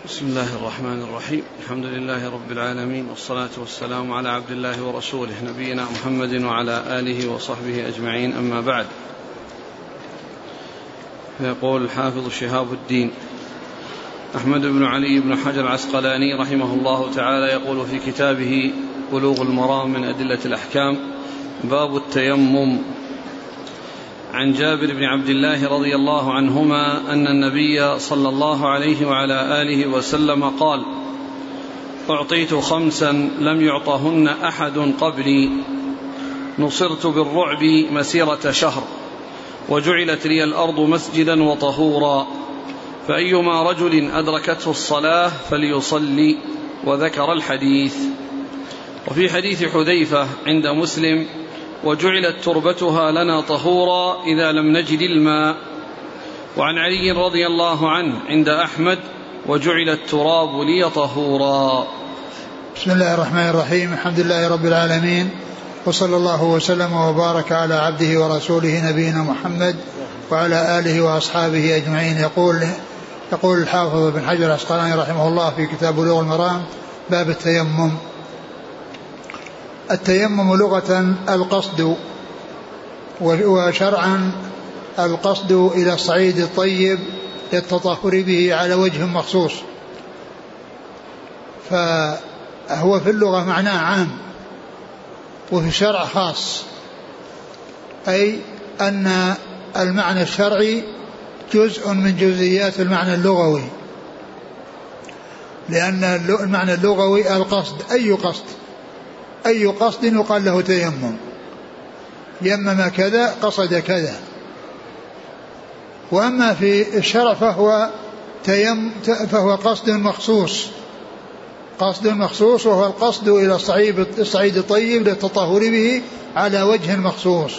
بسم الله الرحمن الرحيم. الحمد لله رب العالمين، والصلاة والسلام على عبد الله ورسوله نبينا محمد وعلى آله وصحبه أجمعين، أما بعد. فيقول الحافظ شهاب الدين أحمد بن علي بن حجر العسقلاني رحمه الله تعالى يقول في كتابه بلوغ المرام من أدلة الأحكام: باب التيمم. عن جابر بن عبد الله رضي الله عنهما أن النبي صلى الله عليه وعلى آله وسلم قال: أعطيت 5 لم يعطهن أحد قبلي، نصرت بالرعب مسيرة شهر، وجعلت لي الأرض مسجدا وطهورا، فأيما رجل أدركته الصلاة فليصلي. وذكر الحديث. وفي حديث حذيفة عند مسلم: وجعلت تربتها لنا طهورا إذا لم نجد الماء. وعن علي رضي الله عنه عند أحمد: وجعل التراب لي طهورا. بسم الله الرحمن الرحيم. الحمد لله رب العالمين، وصلى الله وسلم وبارك على عبده ورسوله نبينا محمد وعلى آله وأصحابه أجمعين. يقول الحافظ بن حجر العسقلاني رحمه الله في كتاب بلوغ المرام: باب التيمم. التيمم لغة القصد، وشرعا القصد إلى الصعيد الطيب للتطهر به على وجه مخصوص. فهو في اللغة معناه عام، وفي الشرع خاص، أي أن المعنى الشرعي جزء من جزئيات المعنى اللغوي، لأن المعنى اللغوي القصد، أي قصد يقال له تيمم، يمم كذا قصد كذا. وأما في الشرع فهو قصد مخصوص، وهو القصد إلى الصعيد الطيب للتطهر به على وجه مخصوص.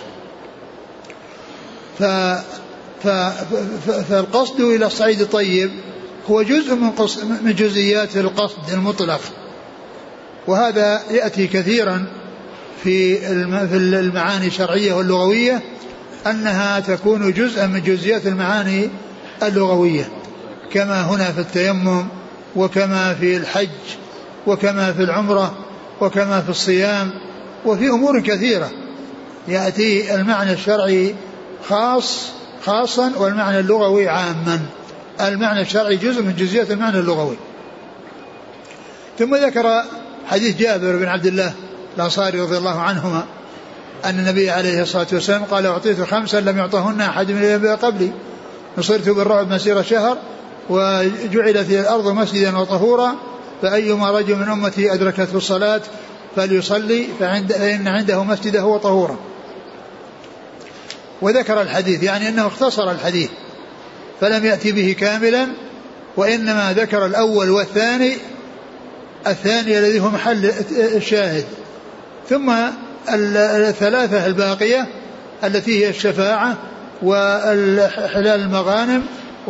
فالقصد إلى الصعيد الطيب هو جزء من جزئيات القصد المطلق، وهذا يأتي كثيرا في المعاني الشرعية واللغوية، أنها تكون جزءا من جزئيات المعاني اللغوية، كما هنا في التيمم، وكما في الحج، وكما في العمرة، وكما في الصيام، وفي أمور كثيرة يأتي المعنى الشرعي خاصا والمعنى اللغوي عاما. المعنى الشرعي جزء من جزئيات المعنى اللغوي. ثم ذكر حديث جابر بن عبد الله الأنصاري رضي الله عنهما أن النبي عليه الصلاة والسلام قال: أعطيت 5 لم يعطهن أحد من الأنبياء قبلي، نصرت بالرعب مسيرة شهر، وجعلت الأرض مسجدا وطهورا، فأيما رجل من أمتي أدركته الصلاة فليصلي فإن عنده مسجده وطهورا. وذكر الحديث، يعني أنه اختصر الحديث فلم يأتي به كاملا، وإنما ذكر الأول والثاني، الثاني الذي هو محل الشاهد، ثم الثلاثة الباقية التي هي الشفاعة وإحلال المغانم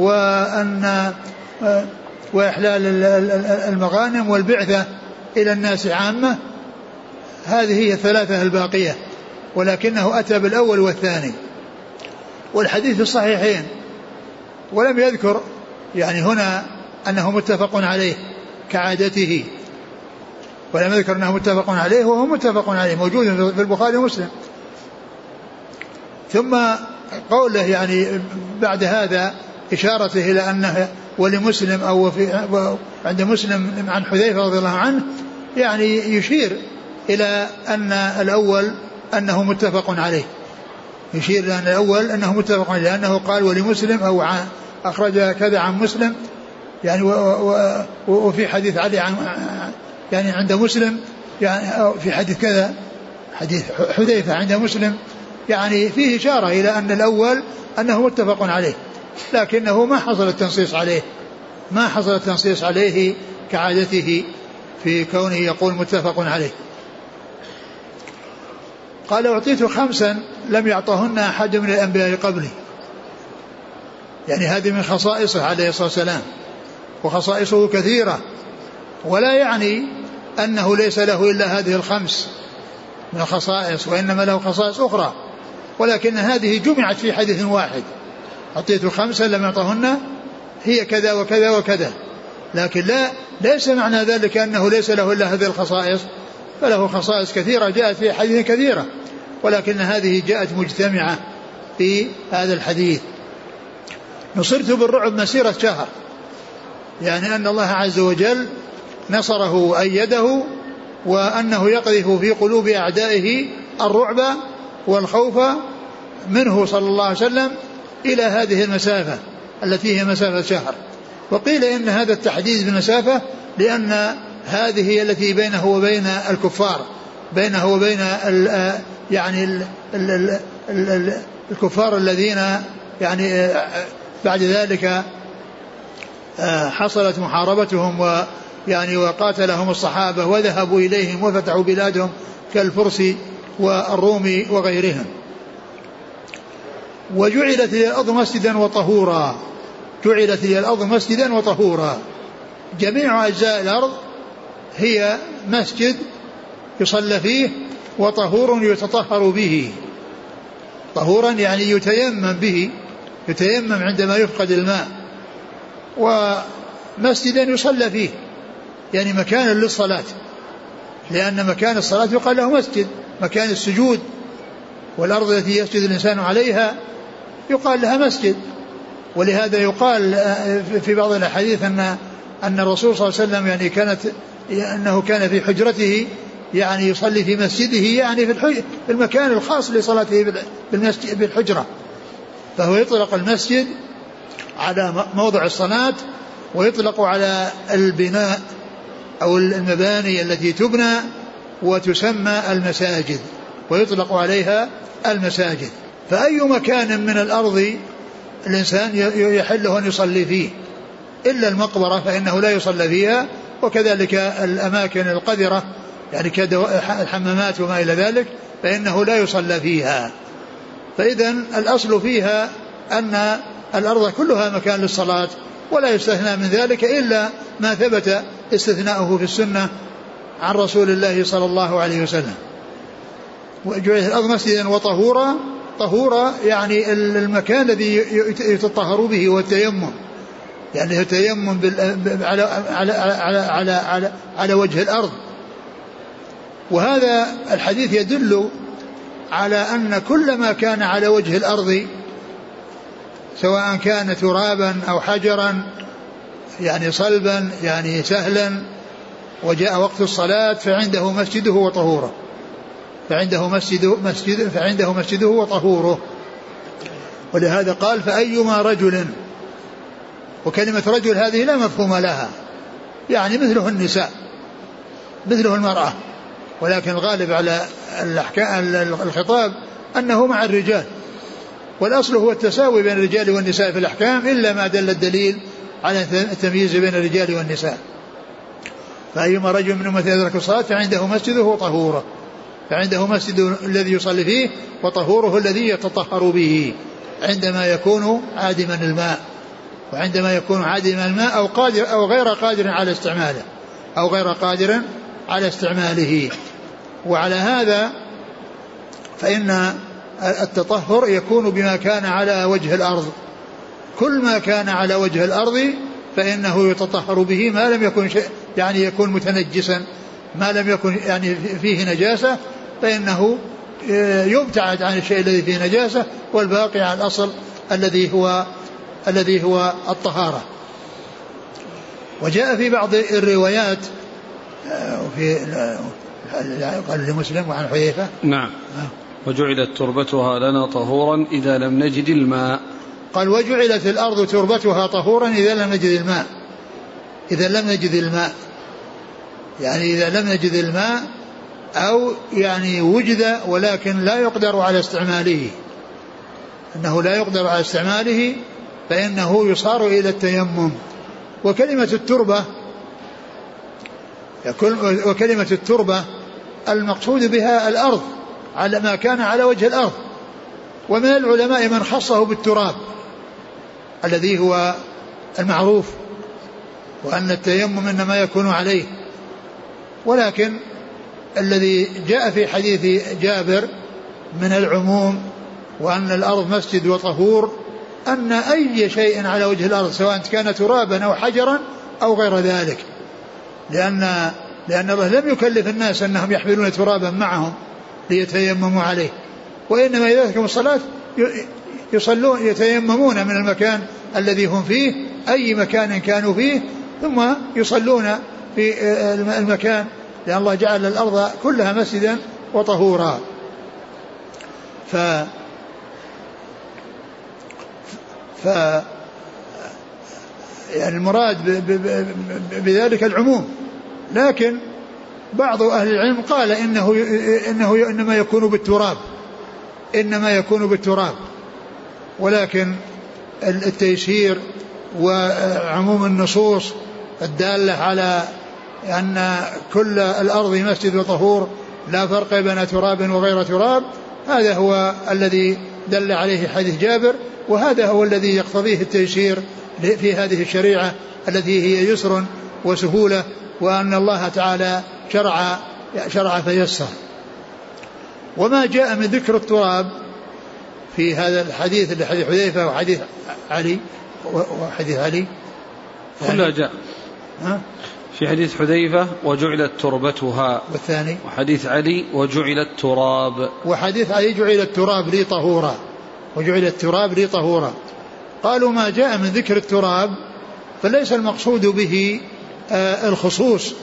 وإحلال المغانم والبعثة إلى الناس عامة. هذه هي الثلاثة الباقية، ولكنه أتى بالأول والثاني، والحديث الصحيحين. ولم يذكر يعني هنا أنه متفق عليه كعادته، ولم يذكر أنه متفق عليه، وهو متفق عليه موجود في البخاري ومسلم. ثم قوله يعني بعد هذا إشارته إلى أنه ولمسلم أو عند مسلم عن حذيفة رضي الله عنه، يعني يشير إلى أن الأول أنه متفق عليه، يشير إلى أن الأول أنه متفق عليه، لأنه قال ولمسلم أو أخرج كذا عن مسلم، يعني وفي حديث علي يعني عند مسلم، يعني في حديث كذا حديث حذيفة عند مسلم، يعني فيه إشارة إلى أن الأول أنه متفق عليه، لكنه ما حصل التنصيص عليه كعادته في كونه يقول متفق عليه. قال: أعطيت 5 لم يعطهن أحد من الأنبياء قبلي، يعني هذه من خصائصه عليه الصلاة والسلام، وخصائصه كثيرة، ولا يعني أنه ليس له إلا هذه 5 من الخصائص، وإنما له خصائص أخرى، ولكن هذه جمعت في حديث واحد: أعطيت 5 لم يعطهن هي كذا وكذا وكذا، لكن ليس معنى ذلك أنه ليس له إلا هذه الخصائص، فله خصائص كثيرة جاءت في حديث كثيرة، ولكن هذه جاءت مجتمعة في هذا الحديث. نصرت بالرعب مسيرة شهر، يعني أن الله عز وجل نصره وأيده، وأنه يقذف في قلوب أعدائه الرعب والخوف منه صلى الله عليه وسلم إلى هذه المسافة التي هي مسافة شهر. وقيل إن هذا التحديد بالمسافة لأن هذه هي التي بينه وبين الكفار، بينه وبين يعني الكفار الذين يعني بعد ذلك حصلت محاربتهم ويعني وقاتلهم الصحابة وذهبوا إليهم وفتحوا بلادهم كالفرس والروم وغيرهم. وجعلت لي الأرض مسجدا وطهورا، جعلت لي الأرض مسجدا وطهورا. جميع أجزاء الأرض هي مسجد يصلى فيه وطهور يتطهر به. طهورا يعني يتيمم به، يتيمم عندما يفقد الماء، ومسجدا يصلى فيه يعني مكانا للصلاة، لأن مكان الصلاة يقال له مسجد، مكان السجود، والأرض التي يسجد الإنسان عليها يقال لها مسجد. ولهذا يقال في بعض الأحاديث أن الرسول صلى الله عليه وسلم يعني أنه كان في حجرته يعني يصلي في مسجده، يعني في المكان الخاص لصلاته بالحجرة. فهو يطلق المسجد على موضع الصلاة، ويطلق على البناء أو المباني التي تبنى وتسمى المساجد، ويطلق عليها المساجد. فأي مكان من الأرض الإنسان يحله أن يصلي فيه إلا المقبرة فإنه لا يصلى فيها، وكذلك الأماكن القذرة يعني كالحمامات وما إلى ذلك فإنه لا يصلى فيها. فإذا الأصل فيها أن الأرض كلها مكان للصلاة، ولا يستثنى من ذلك إلا ما ثبت استثناؤه في السنة عن رسول الله صلى الله عليه وسلم. وجعلت الأرض مسجدا وطهورا، طهورا يعني المكان الذي يتطهر به والتيمم، يعني التيمم على وجه الأرض. وهذا الحديث يدل على أن كل ما كان على وجه الأرض سواء كان ترابا أو حجرا يعني صلبا يعني سهلا وجاء وقت الصلاة فعنده مسجده وطهوره، فعنده مسجده وطهوره. ولهذا قال فأيما رجل، وكلمة رجل هذه لا مفهوم لها، يعني مثله النساء مثله المرأة، ولكن الغالب على الخطاب أنه مع الرجال، والأصل هو التساوي بين الرجال والنساء في الأحكام إلا ما دل الدليل على التمييز بين الرجال والنساء. فأيما رجل منهم يدرك الصلاة فعنده مسجده وطهوره، فعنده مسجد الذي يصلي فيه وطهوره الذي يتطهر به عندما يكون عادما الماء، وعندما يكون عادما الماء أو غير قادر على استعماله أو غير قادر على استعماله. وعلى هذا فإن التطهر يكون بما كان على وجه الأرض، كل ما كان على وجه الأرض فإنه يتطهر به ما لم يكن شيء يعني يكون متنجسا، ما لم يكن يعني فيه نجاسة فإنه يبتعد عن الشيء الذي فيه نجاسة، والباقي على الأصل الذي هو الطهارة. وجاء في بعض الروايات في قال لمسلم وعن حذيفة نعم وجعلت تربتها لنا طهورا إذا لم نجد الماء. قال وجعلت الأرض تربتها طهورا إذا لم نجد الماء، إذا لم نجد الماء يعني إذا لم نجد الماء أو يعني وجد ولكن لا يقدر على استعماله، أنه لا يقدر على استعماله فإنه يصار إلى التيمم. وكلمة التربة المقصود بها الأرض على ما كان على وجه الأرض. ومن العلماء من خصه بالتراب الذي هو المعروف، وأن التيمم إنما يكون عليه. ولكن الذي جاء في حديث جابر من العموم وأن الأرض مسجد وطهور أن أي شيء على وجه الأرض سواء كان ترابا أو حجرا أو غير ذلك، لأن الله لم يكلف الناس أنهم يحملون ترابا معهم ليتيمموا عليه، وإنما إذا ذكروا الصلاة يصلون يتيممون من المكان الذي هم فيه أي مكان كانوا فيه، ثم يصلون في المكان، لأن الله جعل الأرض كلها مسجدا وطهورا. يعني المراد بذلك العموم، لكن بعض أهل العلم قال إنه إنما يكون بالتراب، ولكن التيسير وعموم النصوص الدالة على أن كل الأرض مسجد وطهور لا فرق بين تراب وغير تراب، هذا هو الذي دل عليه حديث جابر، وهذا هو الذي يقتضيه التيسير في هذه الشريعة التي هي يسر وسهولة، وأن الله تعالى شرع فيسر. وما جاء من ذكر التراب في هذا الحديث اللي حديث حذيفة وحديث علي كلها جاء في حديث حذيفة وجعلت تربتها، والثاني وحديث علي وجعل التراب، وحديث علي جعل التراب لي طهورا، وجعل التراب لي طهورا. قالوا ما جاء من ذكر التراب فليس المقصود به الخصوص،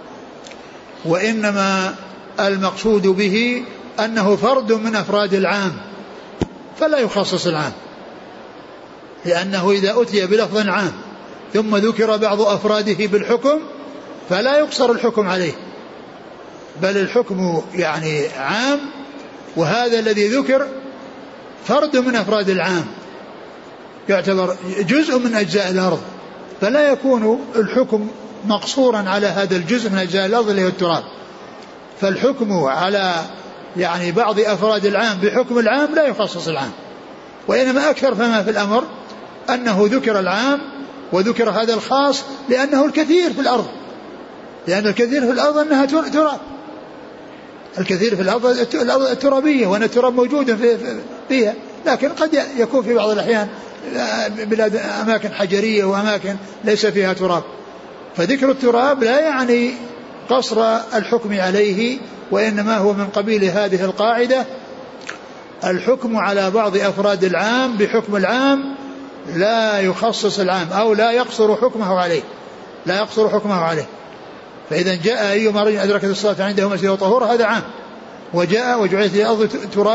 وإنما المقصود به أنه فرد من أفراد العام فلا يخصص العام، لأنه إذا أتي بلفظ عام ثم ذكر بعض أفراده بالحكم فلا يقصر الحكم عليه، بل الحكم يعني عام، وهذا الذي ذكر فرد من أفراد العام يعتبر جزء من أجزاء الأرض، فلا يكون الحكم مقصورا على هذا الجزء من أجزاء الأرض اللي هو التراب. فالحكم على يعني بعض أفراد العام بحكم العام لا يخصص العام، وإنما أكثر فما في الأمر أنه ذكر العام وذكر هذا الخاص لأنه الكثير في الأرض، لأن الكثير في الأرض أنها تراب، الكثير في الأرض الترابية، وأن التراب موجود فيها، لكن قد يكون في بعض الأحيان بلاد أماكن حجرية وأماكن ليس فيها تراب. فذكر التراب لا يعني قصر الحكم عليه، وإنما هو من قبيل هذه القاعدة: الحكم على بعض أفراد العام بحكم العام لا يخصص العام، أو لا يقصر حكمه عليه. فإذا جاء أيما رجل أدركت الصلاة عنده مسجد وطهورا هذا عام، وجاء وجعلت الأرض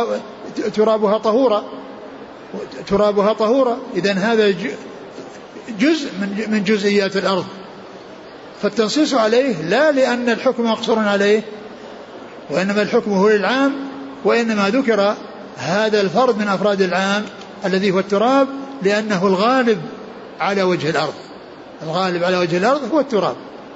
ترابها طهورا، إذن هذا جزء من جزئيات الأرض، فالتنصيص عليه لا لأن الحكم مقصور عليه، وإنما الحكم هو للعام، وإنما ذكر هذا الفرد من أفراد العام الذي هو التراب لأنه الغالب على وجه الأرض هو التراب.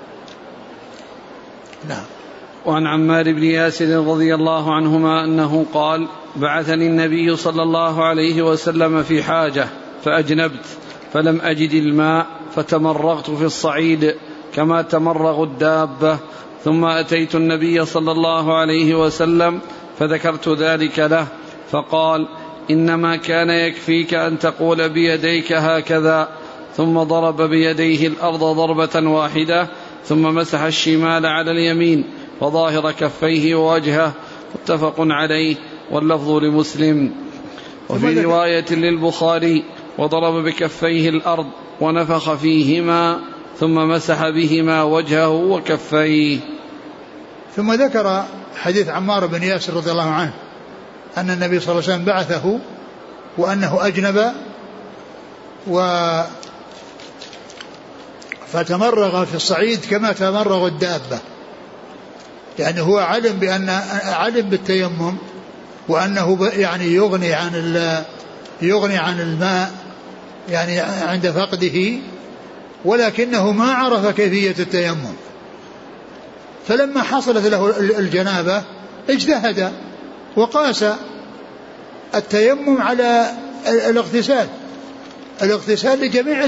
نعم. وعن عمار بن ياسر رضي الله عنهما أنه قال: بعثني النبي صلى الله عليه وسلم في حاجة فأجنبت فلم أجد الماء فتمرغت في الصعيد كما تمرغ الدابة، ثم أتيت النبي صلى الله عليه وسلم فذكرت ذلك له فقال: إنما كان يكفيك أن تقول بيديك هكذا، ثم ضرب بيديه الأرض ضربة واحدة، ثم مسح الشمال على اليمين وظاهر كفيه ووجهه، متفق عليه، واللفظ لمسلم. وفي رواية للبخاري: وضرب بكفيه الأرض ونفخ فيهما ثم مسح بهما وجهه وكفيه. ثم ذكر حديث عمار بن ياسر رضي الله عنه أن النبي صلى الله عليه وسلم بعثه وأنه أجنب فتمرغ في الصعيد كما تمرغ الدابة، يعني هو علم بالتيمم وأنه يعني يغني عن الماء يعني عند فقده، ولكنه ما عرف كيفية التيمم، فلما حصلت له الجنابة اجتهد وقاس التيمم على الاغتسال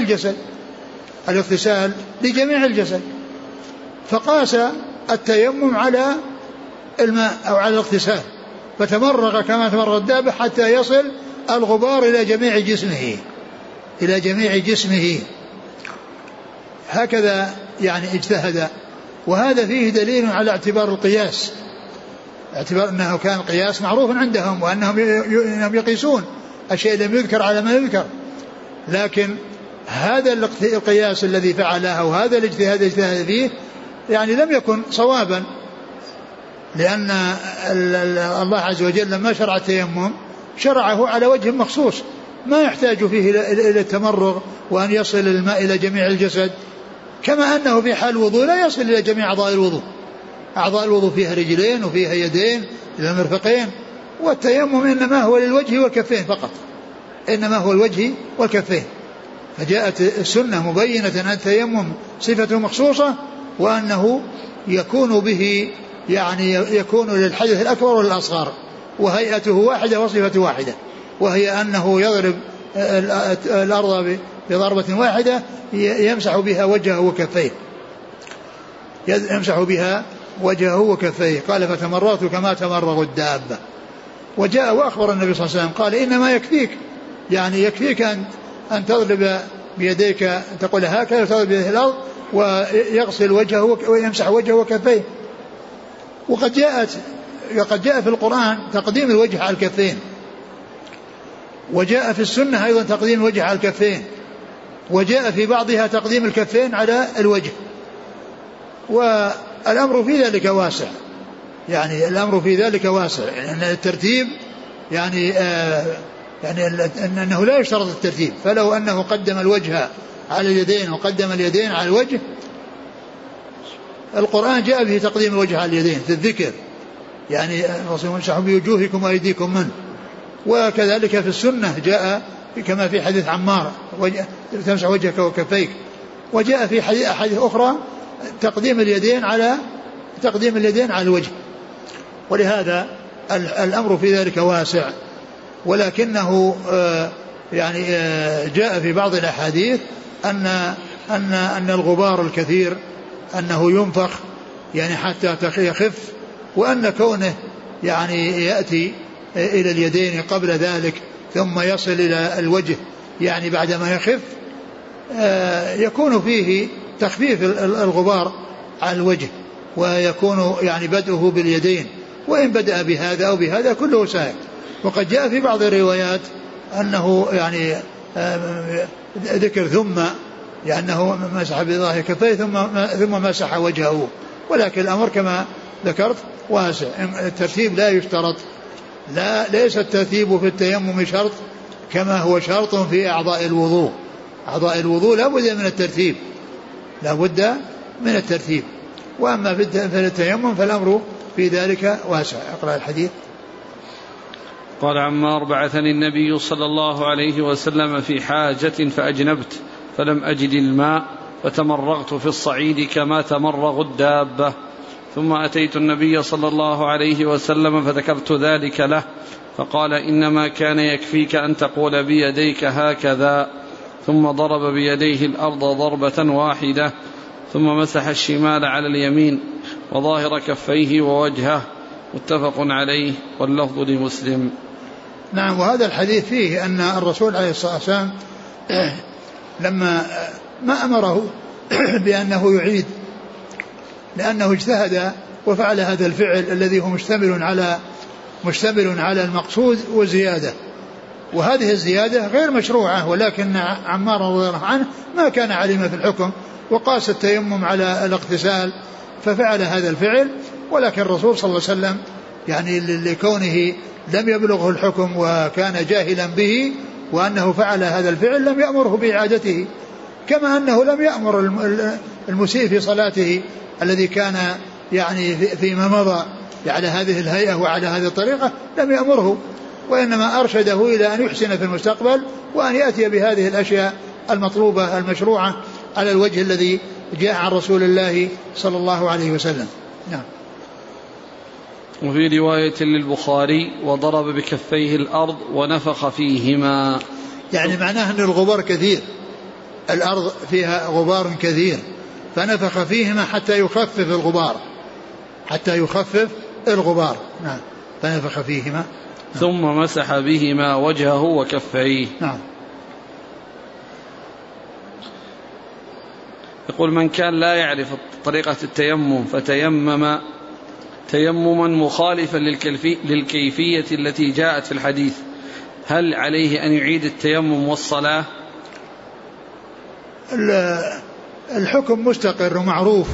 لجميع الجسد، فقاس التيمم على الماء أو على الاغتسال، فتمرغ كما تمرغ الدابة حتى يصل الغبار إلى جميع جسمه. هكذا يعني اجتهد. وهذا فيه دليل على اعتبار القياس، اعتبار أنه كان قياس معروف عندهم وأنهم يقيسون الشيء لم يذكر على ما يذكر. لكن هذا القياس الذي فعله وهذا الاجتهاد اجتهد فيه يعني لم يكن صوابا، لأن الله عز وجل لما شرع التيمم شرعه على وجه مخصوص ما يحتاج فيه إلى التمرغ وأن يصل الماء إلى جميع الجسد، كما أنه في حال الوضوء لا يصل إلى جميع أعضاء الوضوء. أعضاء الوضوء فيها رجلين وفيها يدين إلى المرفقين، والتيمم إنما هو للوجه والكفين فقط، إنما هو الوجه والكفين. فجاءت السنة مبينة أن التيمم صفة مخصوصة وأنه يكون به يعني يكون للحدث الأكبر والأصغر، وهيئته واحدة وصفة واحدة، وهي أنه يضرب الأرض بضربة واحدة يمسح بها وجهه وكفيه، يمسح بها وجهه وكفيه. قال فتمرغت كما تمرغ الدابة. وجاء وأخبر النبي صلى الله عليه وسلم قال إنما يكفيك، يعني يكفيك أن تضرب بيديك تقول هكذا وتضرب بيده الأرض ويغسل وجهه ويمسح وجهه وكفيه. وقد جاء في القرآن تقديم الوجه على الكفين، وجاء في السنة أيضا تقديم الوجه على الكفين، وجاء في بعضها تقديم الكفين على الوجه. والأمر في ذلك واسع، يعني الأمر في ذلك واسع، يعني الترتيب يعني أنه لا يشترط الترتيب. فلو أنه قدم الوجه على اليدين وقدم اليدين على الوجه، القرآن جاء به تقديم الوجه على اليدين في الذكر، يعني امسحوا بوجوهكم وأيديكم منه. وكذلك في السنة جاء كما في حديث عمار تمسح وجهك وكفيك. وجاء في حديث أخرى تقديم اليدين على الوجه. ولهذا الأمر في ذلك واسع، ولكنه يعني جاء في بعض الأحاديث أن الغبار الكثير أنه ينفخ يعني حتى يخف، وأن كونه يعني يأتي إلى اليدين قبل ذلك ثم يصل إلى الوجه يعني بعدما يخف يكون فيه تخفيف الغبار على الوجه، ويكون يعني بدءه باليدين، وإن بدأ بهذا أو بهذا كله سائق. وقد جاء في بعض الروايات أنه يعني ذكر ثم لأنه مسح بظاهر كفيه ثم مسح وجهه. ولكن الأمر كما ذكرت واسع، الترتيب لا يشترط، ليس الترتيب في التيمم شرط كما هو شرط في أعضاء الوضوء. أعضاء الوضوء لا بد من الترتيب، وأما في التيمم فالأمر في ذلك واسع. أقرأ الحديث. قال عمار بعثني النبي صلى الله عليه وسلم في حاجة فأجنبت فلم أجد الماء فتمرغت في الصعيد كما تمرغ الدابة، ثم أتيت النبي صلى الله عليه وسلم فذكرت ذلك له فقال إنما كان يكفيك أن تقول بيديك هكذا، ثم ضرب بيديه الأرض ضربة واحدة ثم مسح الشمال على اليمين وظاهر كفيه ووجهه، متفق عليه واللفظ لمسلم. نعم. وهذا الحديث فيه أن الرسول عليه الصلاة والسلام لما ما أمره بأنه يعيد، لأنه اجتهد وفعل هذا الفعل الذي هو مشتمل على المقصود وزيادة، وهذه الزيادة غير مشروعة، ولكن عمار رضي الله عنه ما كان عليما في الحكم وقاس التيمم على الاغتسال ففعل هذا الفعل. ولكن الرسول صلى الله عليه وسلم يعني لكونه لم يبلغه الحكم وكان جاهلا به وأنه فعل هذا الفعل لم يأمره بإعادته، كما أنه لم يأمر المسيء في صلاته الذي كان يعني فيما مضى على هذه الهيئة وعلى هذه الطريقة لم يأمره، وإنما أرشده إلى أن يحسن في المستقبل وأن يأتي بهذه الأشياء المطلوبة المشروعة على الوجه الذي جاء عن رسول الله صلى الله عليه وسلم. نعم. وفي رواية للبخاري وضرب بكفيه الأرض ونفخ فيهما، يعني معناه أن الغبار كثير، الأرض فيها غبار كثير فنفخ فيهما حتى يخفف الغبار. نعم. فنفخ فيهما. ثم مسح بهما وجهه وكفيه. نعم. يقول: من كان لا يعرف طريقة التيمم فتيمم تيمما مخالفا للكيفية التي جاءت في الحديث، هل عليه أن يعيد التيمم والصلاة؟ الحكم مستقر ومعروف،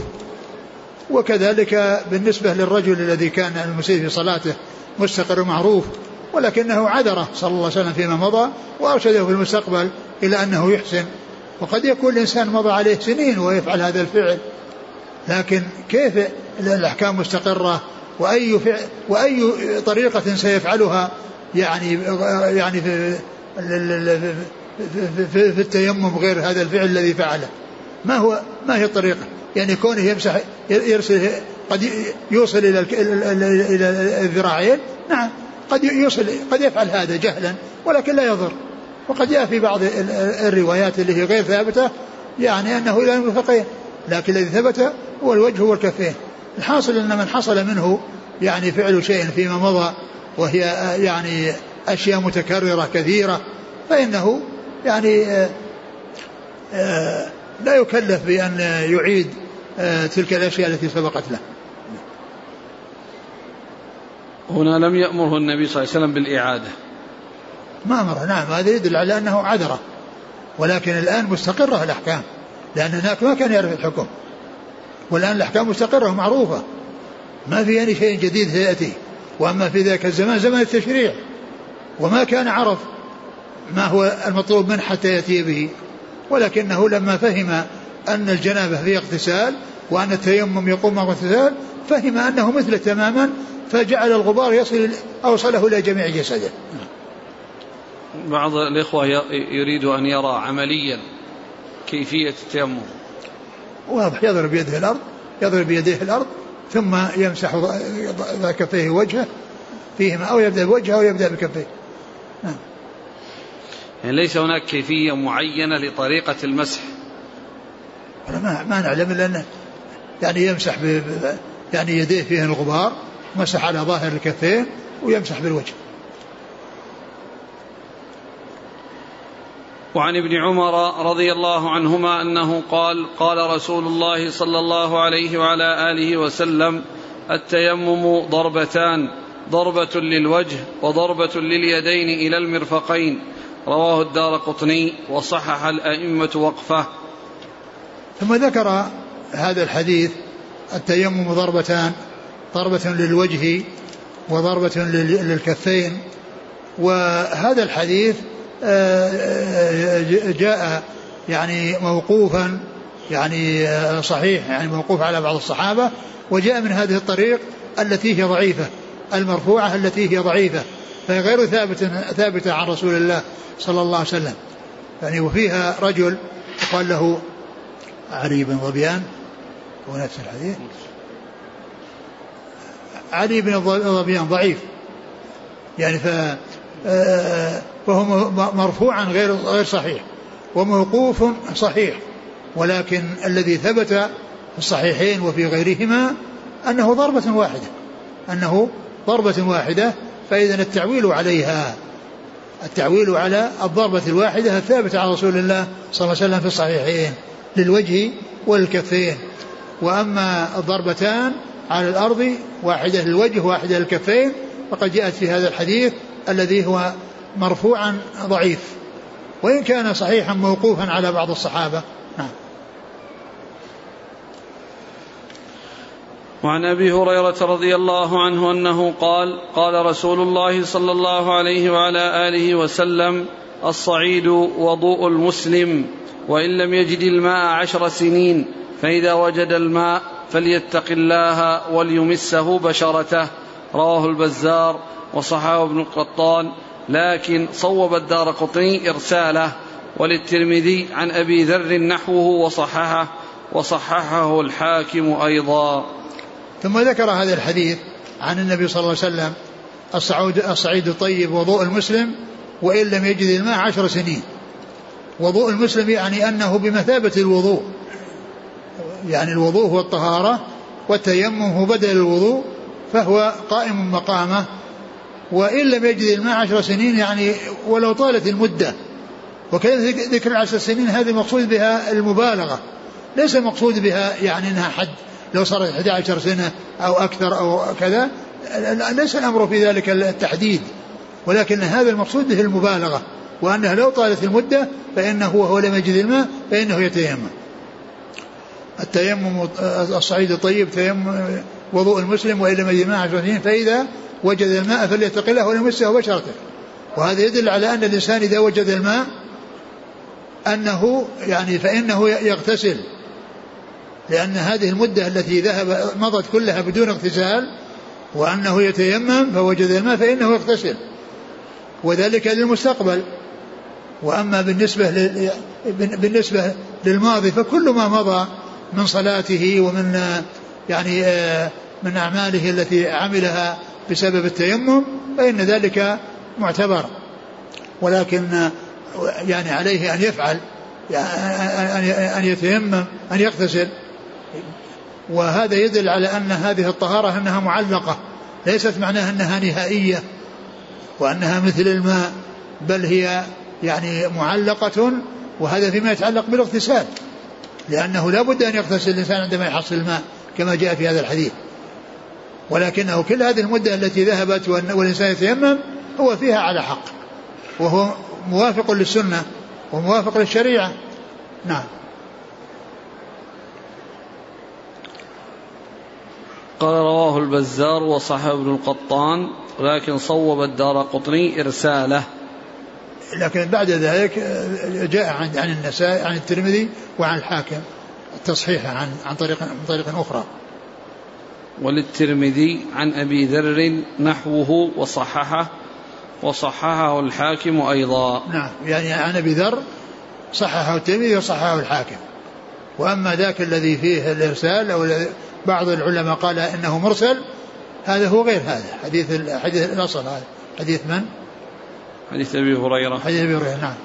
وكذلك بالنسبة للرجل الذي كان المسيء في صلاته مستقر ومعروف، ولكنه عذره صلى الله عليه وسلم فيما مضى وأرشده في المستقبل إلى أنه يحسن. وقد يكون الإنسان مضى عليه سنين ويفعل هذا الفعل، لكن كيف الأحكام مستقرة، وأي طريقة سيفعلها يعني في التيمم غير هذا الفعل الذي فعله؟ ما هي الطريقة؟ يعني كونه يمسح يرسل قد يوصل إلى الذراعين، نعم قد يفعل هذا جهلا ولكن لا يضر. وقد جاء في بعض الروايات اللي هي غير ثابتة يعني أنه إلى المرفقين، لكن الذي ثبت هو الوجه والكفين. الحاصل أن من حصل منه يعني فعل شيء فيما مضى وهي يعني أشياء متكررة كثيرة، فإنه يعني لا يكلف بأن يعيد تلك الأشياء التي سبقت له. هنا لم يأمره النبي صلى الله عليه وسلم بالإعادة، ما أمره، نعم، هذا يدل على أنه عذره، ولكن الآن مستقرة الأحكام، لأن هناك ما كان يعرف الحكم، والآن الأحكام مستقرة ومعروفة، ما في أي شيء جديد سيأتي. وأما في ذاك الزمان زمان التشريع وما كان عرف ما هو المطلوب منه حتى يأتي به، ولكنه لما فهم أن الجنابة فيها اغتسال وأن التيمم يقوم مع اغتسال فهم أنه مثله تماما، فجعل الغبار أوصله إلى جميع جسده. بعض الإخوة يريد أن يرى عمليا كيفية التيمم. واضح، يضرب بيديه الأرض ثم يمسح كفيه وجهه فيهما، أو يبدأ بوجهه أو يبدأ بكفيه. يعني ليس هناك كيفية معينة لطريقة المسح؟ ما نعلم إلا أنه يعني يمسح يعني يديه فيه الغبار، مسح على ظاهر الكفين ويمسح بالوجه. وعن ابن عمر رضي الله عنهما أنه قال: قال رسول الله صلى الله عليه وعلى آله وسلم: التيمم ضربتان، ضربة للوجه وضربة لليدين إلى المرفقين. رواه الدارقطني وصحح الأئمة وقفه. ثم ذكر هذا الحديث: التيمم ضربتان، ضربة للوجه وضربة للكفين. وهذا الحديث جاء يعني موقوفا، يعني صحيح، يعني موقوف على بعض الصحابة، وجاء من هذه الطريق التي هي ضعيفة، المرفوعة التي هي ضعيفة، فهي غير ثابتة عن رسول الله صلى الله عليه وسلم. يعني وفيها رجل قال له علي بن ظبيان، هو نفس الحديث، علي بن ظبيان ضعيف يعني، فهو مرفوعا غير صحيح، وموقوف صحيح، ولكن الذي ثبت في الصحيحين وفي غيرهما أنه ضربة واحدة، فإذا التعويل على الضربة الواحدة الثابتة على رسول الله صلى الله عليه وسلم في الصحيحين للوجه والكفين. وأما الضربتان على الأرض، واحدة للوجه واحدة للكفين، فقد جاءت في هذا الحديث الذي هو مرفوعا ضعيف، وإن كان صحيحا موقوفا على بعض الصحابة. نعم. وعن أبي هريرة رضي الله عنه أنه قال: قال رسول الله صلى الله عليه وعلى آله وسلم: الصعيد وضوء المسلم، وإن لم يجد الماء 10 سنين، فإذا وجد الماء فليتق الله وليمسه بشرته. رواه البزار وصححه ابن القطان، لكن صوب الدارقطني إرساله، وللترمذي عن أبي ذر نحوه وصححه الحاكم أيضا. ثم ذكر هذا الحديث عن النبي صلى الله عليه وسلم: الصعيد الطيب وضوء المسلم، وإن لم يجد الماء 10 سنين. وضوء المسلم يعني أنه بمثابة الوضوء، يعني الوضوء هو الطهارة، والتيمم هو بدل الوضوء، فهو قائم مقامه. وإن لم يجد الماء 10 سنين يعني ولو طالت المدة. وكذلك ذكر 10 سنين هذه مقصود بها المبالغة، ليس المقصود بها يعني أنها حد لو صارت 11 سنة أو أكثر أو كذا، ليس الأمر في ذلك التحديد، ولكن هذا المقصود به المبالغة، وأنها لو طالت المدة فإنه هو لم يجد الماء فإنه يتيمم. التيمم الصعيد الطيب تيمم وضوء المسلم وإن لم يجد الماء 10 سنين فإذا وجد الماء فليتق الله وليمسه بشرته. وهذا يدل على أن الإنسان إذا وجد الماء أنه يعني فإنه يغتسل، لأن هذه المدة التي مضت كلها بدون اغتسال، وأنه يتيمم فوجد الماء فإنه يغتسل، وذلك للمستقبل. وأما بالنسبة للماضي فكل ما مضى من صلاته ومن يعني من أعماله التي عملها بسبب التيمم فإن ذلك معتبر، ولكن يعني عليه أن يفعل أن يتيمم أن يغتسل. وهذا يدل على أن هذه الطهارة أنها معلقة، ليست معناها أنها نهائية وأنها مثل الماء، بل هي يعني معلقة. وهذا فيما يتعلق بالاغتسال، لأنه لا بد أن يغتسل الإنسان عندما يحصل الماء كما جاء في هذا الحديث، ولكنه كل هذه المدة التي ذهبت والإنسان يتيمم هو فيها على حق، وهو موافق للسنة وموافق للشريعة. نعم. قال رواه البزار وصححه ابن القطان، لكن صوب الدارقطني إرساله. لكن بعد ذلك جاء عن النسائي عن الترمذي وعن الحاكم التصحيح عن طريق أخرى. وللترمذي عن أبي ذر نحوه وصححه الحاكم أيضا. نعم، يعني عن أبي ذر صححه الترمذي وصححه الحاكم. وأما ذاك الذي فيه الإرسال أو بعض العلماء قال إنه مرسل، هذا هو غير هذا حديث الأصل. هذا حديث من؟ حديث أبي هريرة. حديث أبي هريرة. نعم.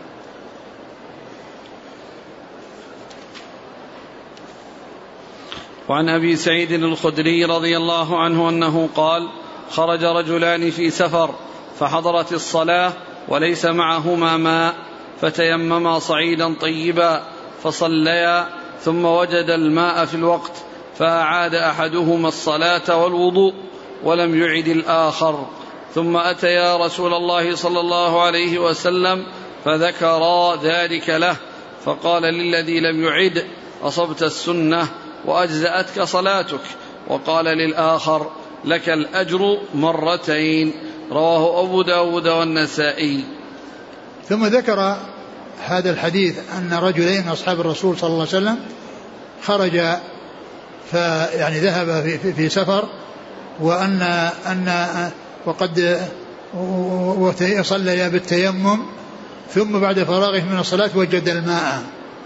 وعن أبي سعيد الخدري رضي الله عنه أنه قال: خرج رجلان في سفر فحضرت الصلاة وليس معهما ماء فتيمما صعيدا طيبا فصليا ثم وجد الماء في الوقت فأعاد أحدهما الصلاة والوضوء ولم يعد الآخر، ثم أتيا رسول الله صلى الله عليه وسلم فذكرا ذلك له، فقال للذي لم يعد: أصبت السنة وأجزأتك صلاتك. وقال للآخر: لك الأجر مرتين. رواه أبو داود والنسائي. ثم ذكر هذا الحديث أن رجلين أصحاب الرسول صلى الله عليه وسلم خرج فيعني ذهب في سفر، وقد صلى بالتيمم، ثم بعد فراغه من الصلاة وجد الماء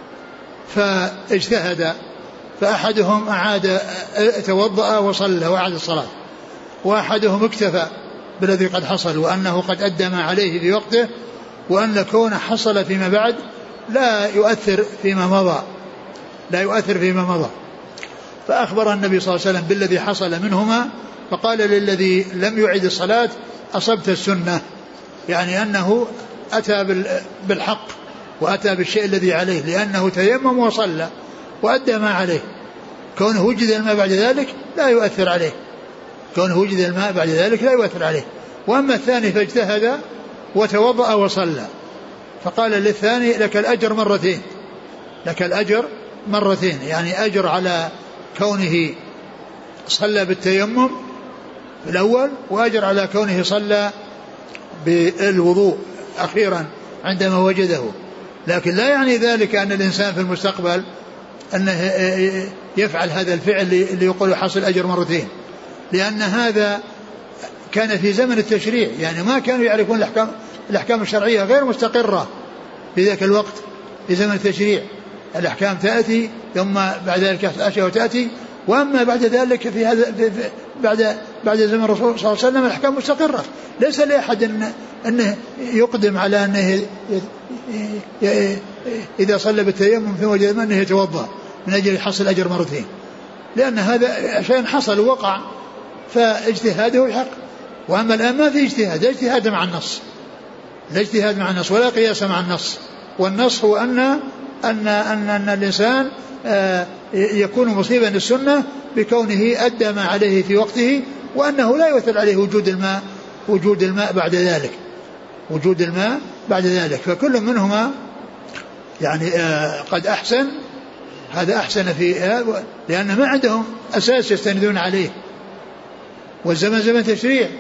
فاجتهد، فأحدهم توضأ وصلى وأعاد الصلاة، وأحدهم اكتفى بالذي قد حصل وأنه قد أدى ما عليه في وقته، وأن كون حصل فيما بعد لا يؤثر فيما مضى. فأخبر النبي صلى الله عليه وسلم بالذي حصل منهما، فقال للذي لم يعد الصلاة: أصبت السنة، يعني أنه أتى بالحق وأتى بالشيء الذي عليه، لأنه تيمم وصلى وأدى ما عليه. كونه وجد الماء بعد ذلك لا يؤثر عليه. وأما الثاني فاجتهد وتوضأ وصلى، فقال للثاني: لك الأجر مرتين، يعني أجر على كونه صلى بالتيمم الأول، وأجر على كونه صلى بالوضوء أخيرا عندما وجده. لكن لا يعني ذلك أن الإنسان في المستقبل أنه يفعل هذا الفعل اللي يقول حصل أجر مرتين، لأن هذا كان في زمن التشريع، يعني ما كانوا يعرفون الأحكام الشرعية غير مستقرة في ذاك الوقت. في زمن التشريع الأحكام تأتي، ثم بعد ذلك أشياء تأتي، وأما بعد ذلك في هذا بعد زمن الرسول صلى الله عليه وسلم الأحكام مستقرة، ليس لأحد أنه يقدم على أنه إذا صلى بالتيمم ثم وجد أنه يتوضأ من أجل يحصل أجر مرتين، لأن هذا شيء حصل ووقع فاجتهاده يحق. وأما الآن ما في اجتهاد مع النص، لا اجتهاد مع النص ولا قياس مع النص. والنص هو أن الإنسان يكون مصيبا للسنة بكونه أدى ما عليه في وقته، وأنه لا يؤثر عليه وجود الماء بعد ذلك فكل منهما يعني قد أحسن. هذا أحسن فيه لأن ما عندهم أساس يستندون عليه، والزمن زمن تشريع،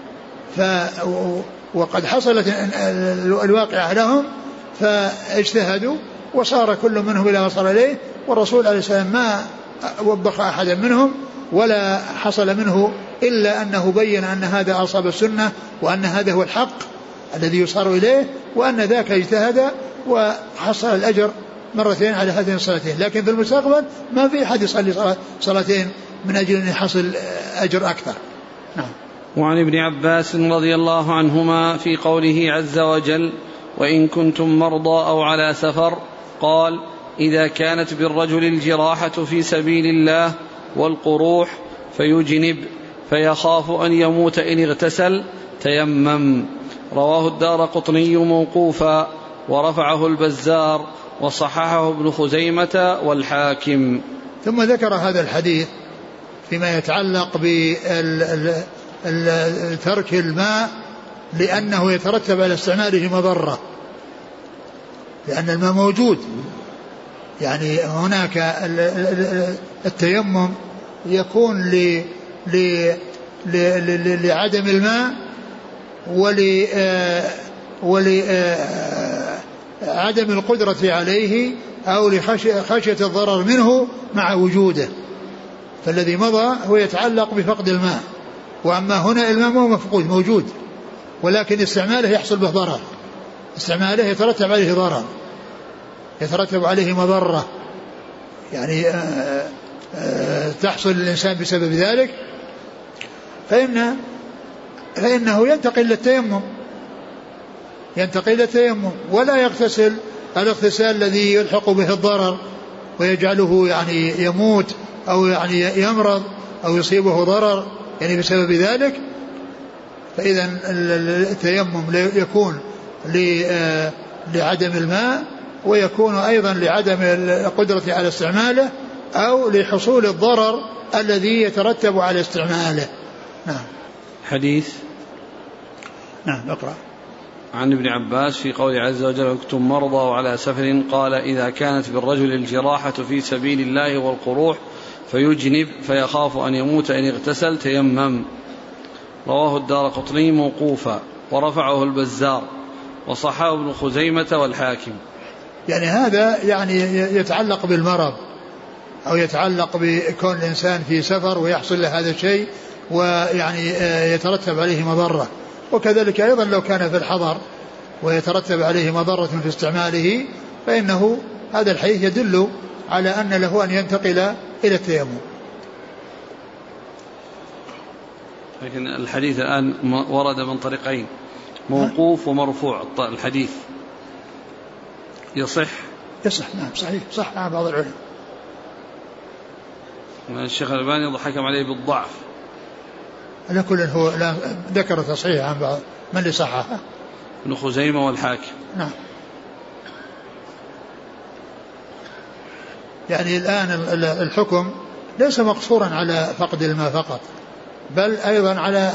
وقد حصلت الواقعة لهم فاجتهدوا وصار كل منهم إلى ما صار إليه، والرسول عليه السلام ما وبخ أحدا منهم ولا حصل منه إلا أنه بين أن هذا أصاب السنة وأن هذا هو الحق الذي يصار إليه، وأن ذاك اجتهد وحصل الأجر مرتين على هذين الصلاتين. لكن في المستقبل ما في أحد يصلي صلاتين من أجل أن يحصل أجر أكثر. نعم. وعن ابن عباس رضي الله عنهما في قوله عز وجل: وإن كنتم مرضى أو على سفر، قال: إذا كانت بالرجل الجراحة في سبيل الله والقروح فيجنب فيخاف أن يموت إن اغتسل تيمم. رواه الدارقطني موقوفا ورفعه البزار وصححه ابن خزيمة والحاكم. ثم ذكر هذا الحديث فيما يتعلق بترك الماء لأنه يترتب على استعماله مضرة، لأن الماء موجود. يعني هناك التيمم يكون لعدم الماء ولعدم القدرة عليه أو لخشية الضرر منه مع وجوده، فالذي مضى هو يتعلق بفقد الماء. وأما هنا الماء مو مفقود، موجود، ولكن استعماله يحصل به ضرر، استعماله يترتب عليه ضرر، يترتب عليه مضرة، يعني تحصل للإنسان بسبب ذلك، فإنه ينتقل للتيمم ولا يغتسل الاغتسال الذي يلحق به الضرر ويجعله يعني يموت أو يعني يمرض أو يصيبه ضرر يعني بسبب ذلك. فإذا التيمم يكون لعدم الماء، ويكون أيضا لعدم القدرة على استعماله أو لحصول الضرر الذي يترتب على استعماله. نعم. حديث. نعم اقرأ. عن ابن عباس في قول عز وجل: وكنتم مرضى وعلى سفر، قال: إذا كانت بالرجل الجراحة في سبيل الله والقروح فيجنب فيخاف أن يموت إن اغتسل تيمم. رواه الدارقطني موقوفا ورفعه البزار وصححه ابن خزيمة والحاكم. يعني هذا يعني يتعلق بالمرض أو يتعلق بكون الإنسان في سفر ويحصل له هذا الشيء ويعني يترتب عليه مضرة، وكذلك أيضا لو كان في الحضر ويترتب عليه مضرة في استعماله، فإنه هذا الحديث يدل على أن له أن ينتقل إلى التيمم. لكن الحديث الآن ورد من طريقين، موقوف ومرفوع. الحديث يصح؟ نعم صحيح، صح مع بعض العلماء. الشيخ الألباني حكم عليه بالضعف. على كل هو ذكر تصحيح عن بعض من اللي صححه؟ ابن خزيمة والحاكم. نعم. يعني الآن الحكم ليس مقصورا على فقد الماء فقط، بل أيضا على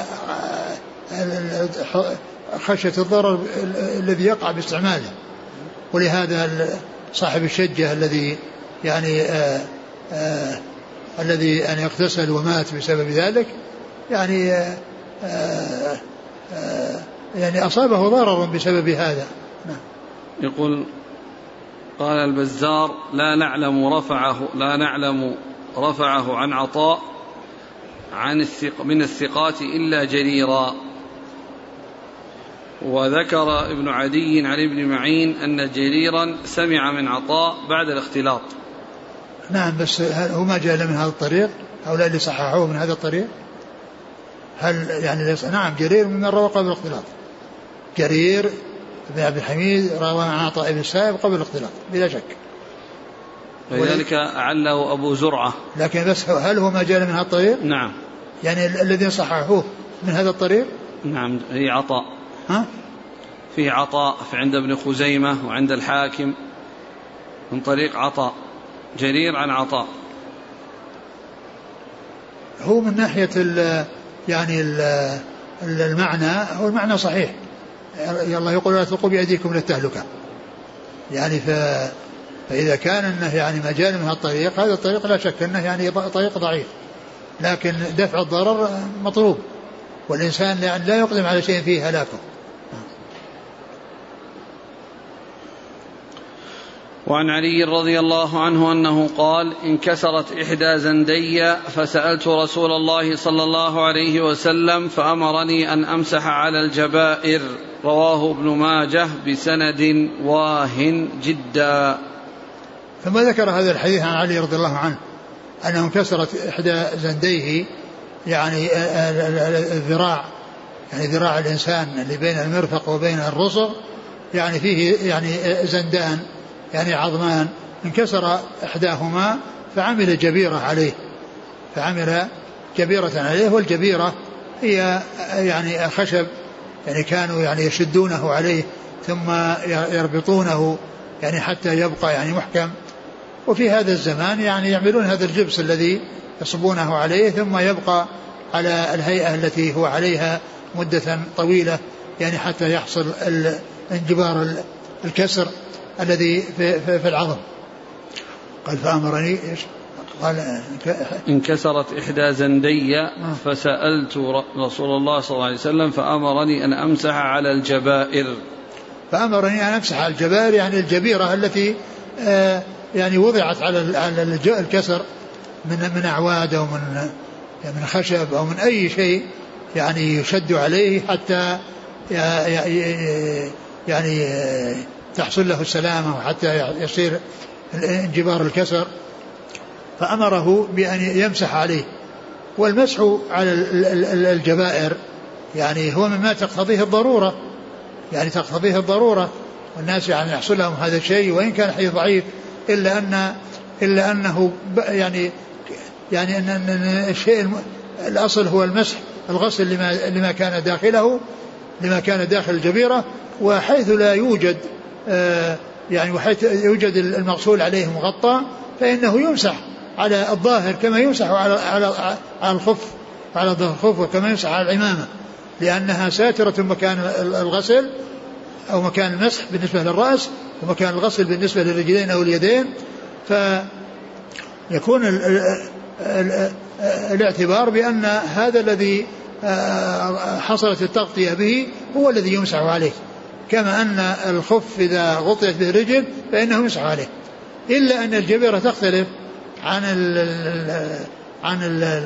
خشية الضرر الذي يقع باستعماله. ولهذا صاحب الشجة الذي يعني الذي أن يغتسل ومات بسبب ذلك يعني أصابه ضرر بسبب هذا. يقول قال البزار: لا نعلم رفعه عن عطاء من الثقات إلا جريرا. وذكر ابن عدي عن ابن معين أن جريرا سمع من عطاء بعد الاختلاط. نعم، بس هل هو ما جاء من هذا الطريق؟ هؤلاء اللي صححوه من هذا الطريق هل يعني نعم، جرير من روى قبل الاختلاط. جرير بن عبد الحميد روى عن عطاء بن السائب قبل الاختلاط بلا شك، ولذلك أعله أبو زرعة. لكن بس هل هو ما جاء من هذا الطريق؟ نعم. يعني الذين صححوه من هذا الطريق؟ نعم، هي عطاء. في عطاء عند ابن خزيمة وعند الحاكم من طريق عطاء. جرير عن عطاء. هو من ناحية يعني المعنى، هو المعنى صحيح. الله يقول لا تلقوا بأيديكم للتهلكة، يعني فإذا كان أنه يعني مجال من الطريق، هذا الطريق لا شك أنه يعني طريق ضعيف، لكن دفع الضرر مطلوب، والإنسان لا يقدم على شيء فيه هلاكه. وعن علي رضي الله عنه أنه قال: انكسرت إحدى زندي فسألت رسول الله صلى الله عليه وسلم فأمرني أن أمسح على الجبائر. رواه ابن ماجه بسند واهن جدا. ثم ذكر هذا الحديث عن علي رضي الله عنه أنه انكسرت إحدى زنديه، يعني الذراع، يعني ذراع الإنسان اللي بين المرفق وبين الرسغ، يعني فيه يعني زندان، يعني عظمان، انكسر إحداهما فعمل جبيرة عليه، والجبيرة هي يعني الخشب، يعني كانوا يعني يشدونه عليه ثم يربطونه يعني حتى يبقى يعني محكم. وفي هذا الزمان يعني يعملون هذا الجبس الذي يصبونه عليه ثم يبقى على الهيئة التي هو عليها مدة طويلة، يعني حتى يحصل انجبار الكسر الذي في العظم. قال فأمرني إيش؟ قال انكسرت إحدى زندي فسألت رسول الله صلى الله عليه وسلم فأمرني أن أمسح على الجبائر. فأمرني أن أمسح على الجبائر، يعني الجبيرة التي يعني وضعت على الكسر من أعواد أو من خشب أو من أي شيء يعني يشد عليه حتى يعني تحصل له السلامة وحتى يصير انجبار الكسر. فأمره بأن يمسح عليه. والمسح على الجبائر يعني هو مما تقتضيه الضرورة، يعني تقتضيه الضرورة، والناس يعني يحصل لهم هذا الشيء وإن كان حديث ضعيف، إلا أنه يعني أن الشيء الأصل هو المسح، الغسل لما كان داخله، لما كان داخل الجبيرة. وحيث لا يوجد يعني وحيث يوجد المغسول عليه مغطى فإنه يمسح على الظاهر كما يمسح على الخف، على ظهر الخف، وكما يمسح على العمامة، لأنها ساترة مكان الغسل أو مكان المسح بالنسبة للرأس، ومكان الغسل بالنسبة للرجلين أو اليدين. فيكون الاعتبار بأن هذا الذي حصلت التغطية به هو الذي يمسح عليه، كما أن الخف إذا غطيت به الرجل فإنه يمسح عليه. إلا أن الجبيرة تختلف عن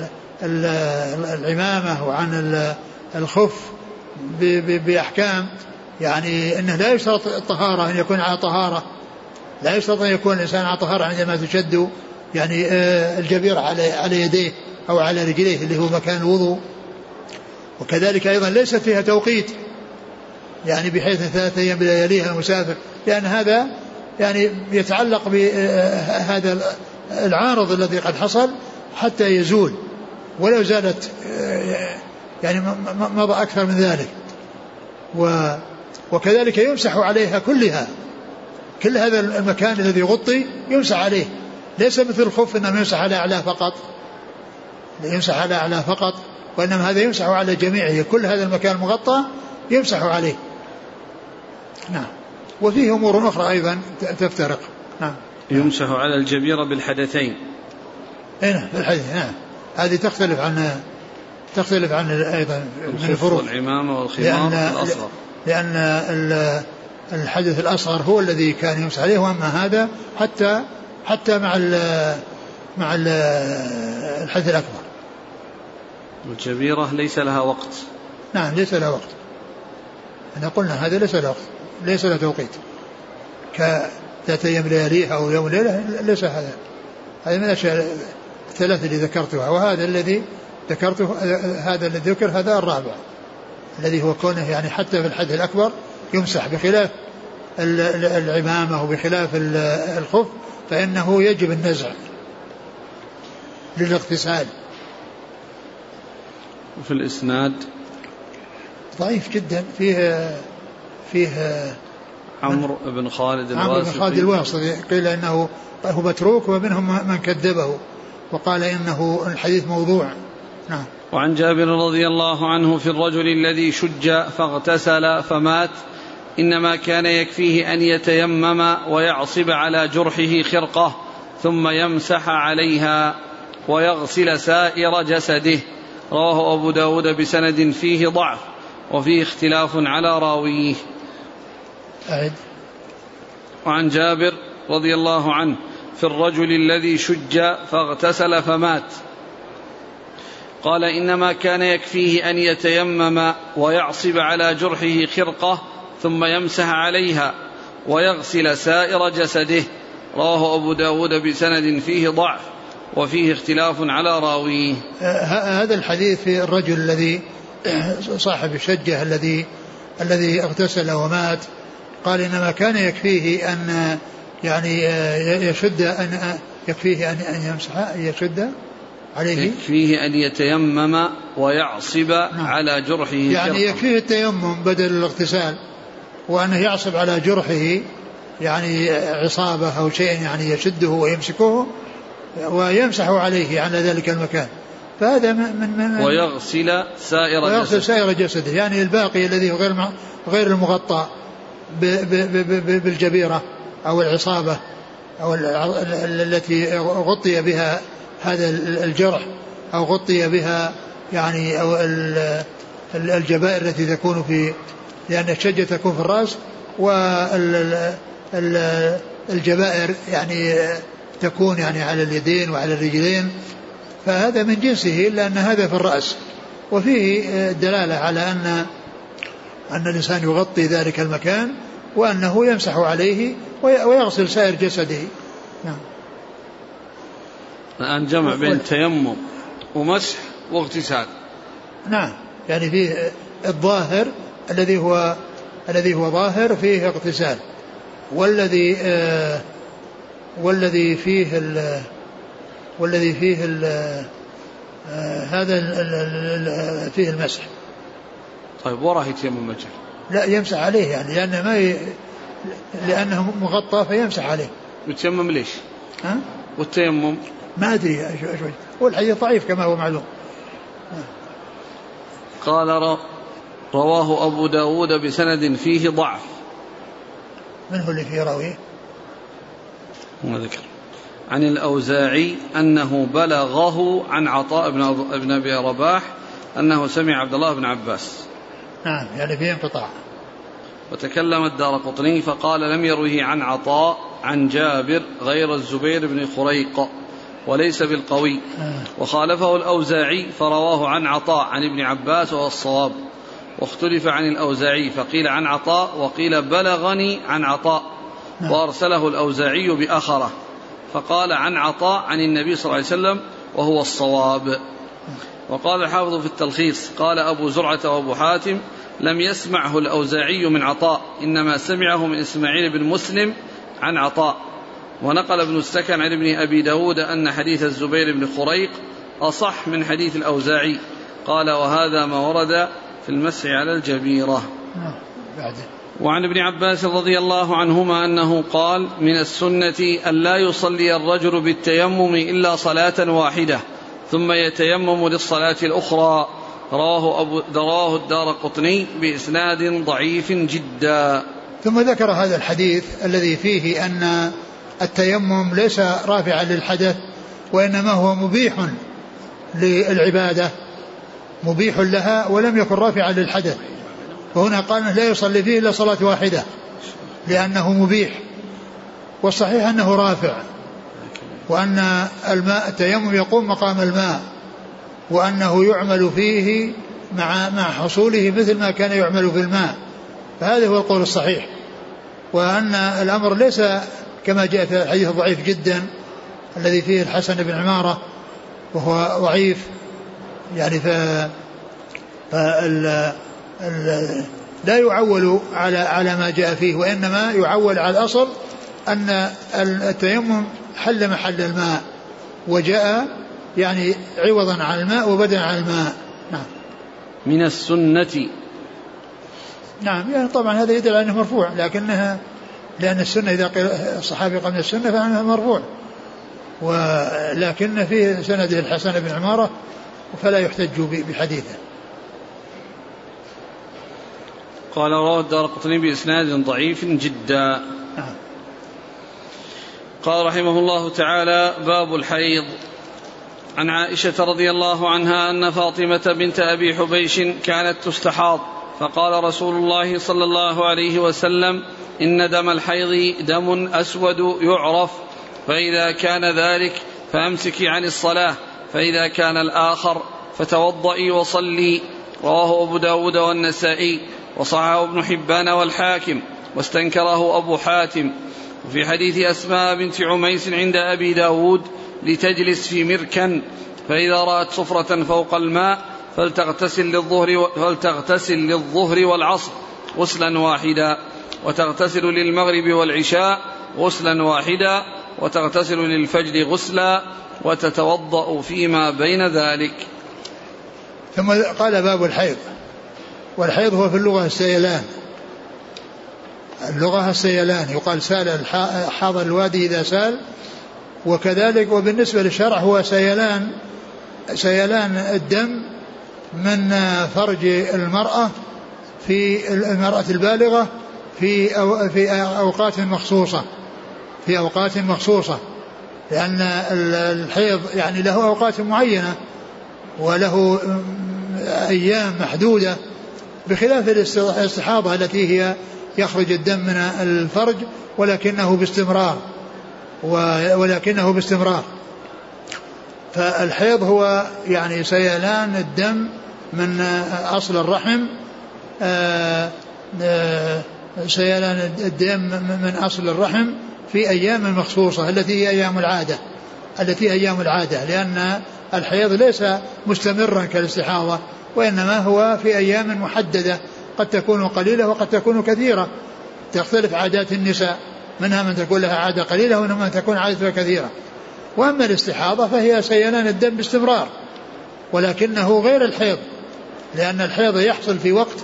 العمامة وعن الخف بأحكام، يعني أنه لا يشترط الطهارة أن يكون على طهارة، لا يشترط أن يكون الإنسان على طهارة عندما تشد يعني الجبيرة على يديه أو على رجليه اللي هو مكان الوضوء. وكذلك أيضا ليس فيها توقيت، يعني بحيث 3 أيام بلياليها المسافر، لأن هذا يعني يتعلق بهذا العارض الذي قد حصل حتى يزول، ولو زالت يعني مضى أكثر من ذلك. وكذلك يمسح عليها كلها، كل هذا المكان الذي يغطي يمسح عليه، ليس مثل الخف إنما يمسح على أعلاه فقط، يمسح على أعلاه فقط، وإنما هذا يمسح على جميعه، كل هذا المكان المغطى يمسح عليه. نعم. وفيه أمور أخرى أيضا تفترق. نعم. يمسح على الجبيرة بالحدثين. هنا بالحدث. نعم. هذه تختلف عن أيضا من الفروق، والعمامة والخمار الأصغر، لأن الحدث الأصغر هو الذي كان يمسح عليه، وأما هذا حتى مع الحدث الأكبر. والجبيرة ليس لها وقت. نعم ليس لها وقت، احنا قلنا هذا ليس له وقت، ليس له توقيت، ك3 أيام لياليها أو يوم ليلة، ليس هذا من الأشياء الثلاثة اللي ذكرتها. وهذا الذي ذكرته، هذا الذي ذكر، هذا الرابع الذي هو كونه يعني حتى في الحدث الأكبر يمسح، بخلاف العمامة وبخلاف الخف فإنه يجب النزع للاغتسال. وفي الإسناد ضعيف جدا، فيه عمرو بن خالد الواسطي قيل إنه هو متروك، ومنهم من كذبه وقال إنه الحديث موضوع. نعم. وعن جابر رضي الله عنه في الرجل الذي شج فاغتسل فمات إنما كان يكفيه أن يتيمم ويعصب على جرحه خرقة ثم يمسح عليها ويغسل سائر جسده. رواه أبو داود بسند فيه ضعف وفيه اختلاف على راويه. وعن جابر رضي الله عنه في الرجل الذي شج فاغتسل فمات قال إنما كان يكفيه أن يتيمم ويعصب على جرحه خرقة ثم يمسح عليها ويغسل سائر جسده. رواه أبو داود بسند فيه ضعف وفيه اختلاف على راويه. هذا الحديث في الرجل الذي صاحب الشجة الذي اغتسل ومات، قال إنما كان يكفيه أن يعني يشد أن يكفيه أن يمسح يشد عليه، يكفيه أن يتيمم ويعصب على جرحه يعني يكفيه التيمم بدل الاغتسال، وأنه يعصب على جرحه يعني عصابة أو شيء يعني يشده ويمسكه ويمسح عليه على ذلك المكان. فهذا من ويغسل سائر جسده، يعني الباقي الذي غير المغطى بالجبيرة أو العصابة أو التي غطي بها هذا الجرح أو غطي بها يعني أو الجبائر التي تكون في، لأن الشجة تكون في الرأس والجبائر يعني تكون يعني على اليدين وعلى الرجلين، فهذا من جنسه، إلا أن هذا في الرأس. وفيه دلالة على أن الإنسان يغطي ذلك المكان وأنه يمسح عليه ويغسل سائر جسده. نعم. الآن جمع بين تيمم ومسح واغتسال. نعم، يعني فيه الظاهر الذي هو ظاهر فيه اغتسال، والذي فيه هذا فيه المسح. طيب وراه يتيمم وجهه؟ لا، يمسح عليه يعني لأنه مغطى فيمسح عليه. يتيمم ليش؟ والتيمم ما أدري، والحديث ضعيف كما هو معلوم. قال رواه أبو داود بسند فيه ضعف. من هو اللي فيه راويه؟ ما ذكر. عن الأوزاعي أنه بلغه عن عطاء بن أبي رباح أنه سمع عبد الله بن عباس. نعم، يعني فيه انقطاع. وتكلم الدارقطني فقال لم يروه عن عطاء عن جابر غير الزبير بن خريق وليس بالقوي. وخالفه الأوزاعي فرواه عن عطاء عن ابن عباس وهو الصواب. واختلف عن الأوزاعي فقيل عن عطاء وقيل بلغني عن عطاء، وأرسله الأوزاعي بأخره فقال عن عطاء عن النبي صلى الله عليه وسلم وهو الصواب. وقال الحافظ في التلخيص قال أبو زرعة وأبو حاتم لم يسمعه الأوزاعي من عطاء، إنما سمعه من إسماعيل بن مسلم عن عطاء. ونقل ابن السكن عن ابن أبي داود أن حديث الزبير بن خريق أصح من حديث الأوزاعي. قال وهذا ما ورد في المسح على الجبيرة. وعن ابن عباس رضي الله عنهما أنه قال من السنة أن لا يصلي الرجل بالتيمم إلا صلاة واحدة ثم يتيمم للصلاة الأخرى. رواه الدارقطني بإسناد ضعيف جدا. ثم ذكر هذا الحديث الذي فيه أن التيمم ليس رافعا للحدث، وإنما هو مبيح للعبادة، مبيح لها ولم يكن رافعا للحدث. وهنا قال لا يصلي فيه إلا صلاة واحدة لأنه مبيح، والصحيح أنه رافع، وأن الماء التيمم يقوم مقام الماء، وأنه يعمل فيه مع حصوله مثل ما كان يعمل في الماء. فهذا هو القول الصحيح، وأن الأمر ليس كما جاء في الحديث الضعيف جدا الذي فيه الحسن بن عمارة وهو ضعيف، يعني لا يعول على ما جاء فيه، وإنما يعول على الأصل أن التيمم حل محل الماء وجاء يعني عوضا عن الماء وبدلا عن الماء. نعم. من السنة نعم يعني طبعا هذا يدل على أنه مرفوع، لكنها لأن السنة إذا قيل الصحابي قبل السنة فإنها مرفوع، ولكن في سنده الحسن بن عمارة فلا يحتج بحديثه. قال رواه الدارقطني بإسناد ضعيف جدا. قال رحمه الله تعالى: باب الحيض. عن عائشة رضي الله عنها أن فاطمة بنت أبي حبيش كانت تستحاض، فقال رسول الله صلى الله عليه وسلم: إن دم الحيض دم أسود يعرف، فإذا كان ذلك فأمسكي عن الصلاة، فإذا كان الآخر فتوضئي وصلي. رواه أبو داود والنسائي، وصححه ابن حبان والحاكم، واستنكره أبو حاتم. وفي حديث أسماء بنت عميس عند أبي داود: لتجلس في مركن، فإذا رأت صفرة فوق الماء فلتغتسل للظهر والعصر غسلا واحدا، وتغتسل للمغرب والعشاء غسلا واحدا، وتغتسل للفجر غسلا، وتتوضأ فيما بين ذلك. ثم قال: باب الحيض. والحيض هو في اللغة السيلان، اللغة السيلان، يقال سال حاضر الوادي إذا سال، وكذلك وبالنسبة للشرع هو سيلان الدم من فرج المرأة في المرأة البالغة في أوقات مخصوصة، لأن الحيض يعني له أوقات معينة وله أيام محدودة، بخلاف الاستحاضة التي هي يخرج الدم من الفرج ولكنه باستمرار. فالحيض هو يعني سيلان الدم من أصل الرحم، سيلان الدم من أصل الرحم في أيام مخصوصة التي هي أيام العادة، لأن الحيض ليس مستمرا كالاستحاضة، وإنما هو في أيام محددة، قد تكون قليلة وقد تكون كثيرة، تختلف عادات النساء، منها من تكون لها عادة قليلة ومنها من تكون عادة كثيرة. وأما الاستحاضة فهي سيلان الدم باستمرار، ولكنه غير الحيض، لأن الحيض يحصل في وقت،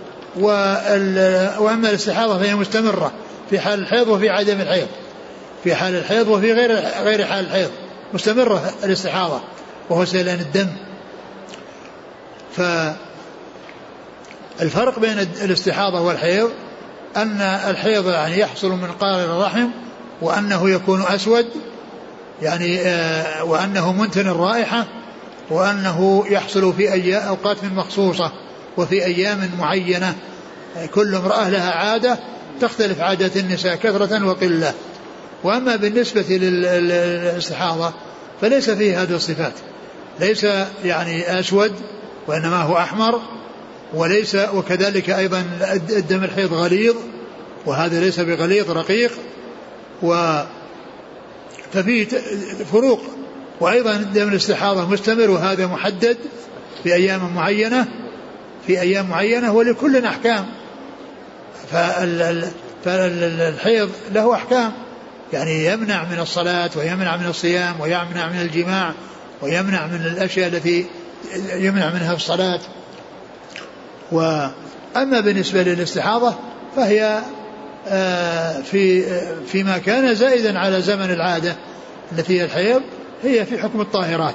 وأما الاستحاضة فهي مستمرة في حال الحيض وفي عدم الحيض، في حال الحيض وفي غير حال الحيض مستمرة الاستحاضة وهو سيلان الدم. فالفرق بين الاستحاضة والحيض أن الحيض يعني يحصل من قارن الرحم، وأنه يكون أسود يعني وأنه منتن الرائحة، وأنه يحصل في أوقات مخصوصة وفي أيام معينة، كل امرأة لها عادة تختلف عادة النساء كثرة وقلة. وأما بالنسبة للاستحاضة فليس فيه هذه الصفات، ليس يعني أسود وإنما هو أحمر، وكذلك أيضا الدم الحيض غليظ، وهذا ليس بغليظ رقيق، ففيه فروق. وأيضا دم الاستحاضة مستمر، وهذا محدد في أيام معينة ولكل أحكام. فالحيض له أحكام، يعني يمنع من الصلاة ويمنع من الصيام ويمنع من الجماع ويمنع من الأشياء التي يمنع منها الصلاة. وأما بالنسبة للاستحاضة فهي فيما كان زائدا على زمن العادة التي هي الحيض، هي في حكم الطاهرات،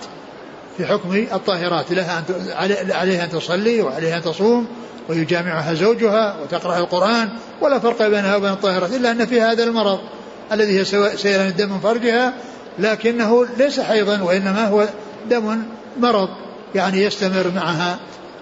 عليها أن تصلي وعليها أن تصوم ويجامعها زوجها وتقرأ القرآن، ولا فرق بينها وبين الطاهرات، إلا أن في هذا المرض الذي هي سيلان الدم من فرجها، لكنه ليس حيضا وإنما هو دم مرض يعني يستمر معها،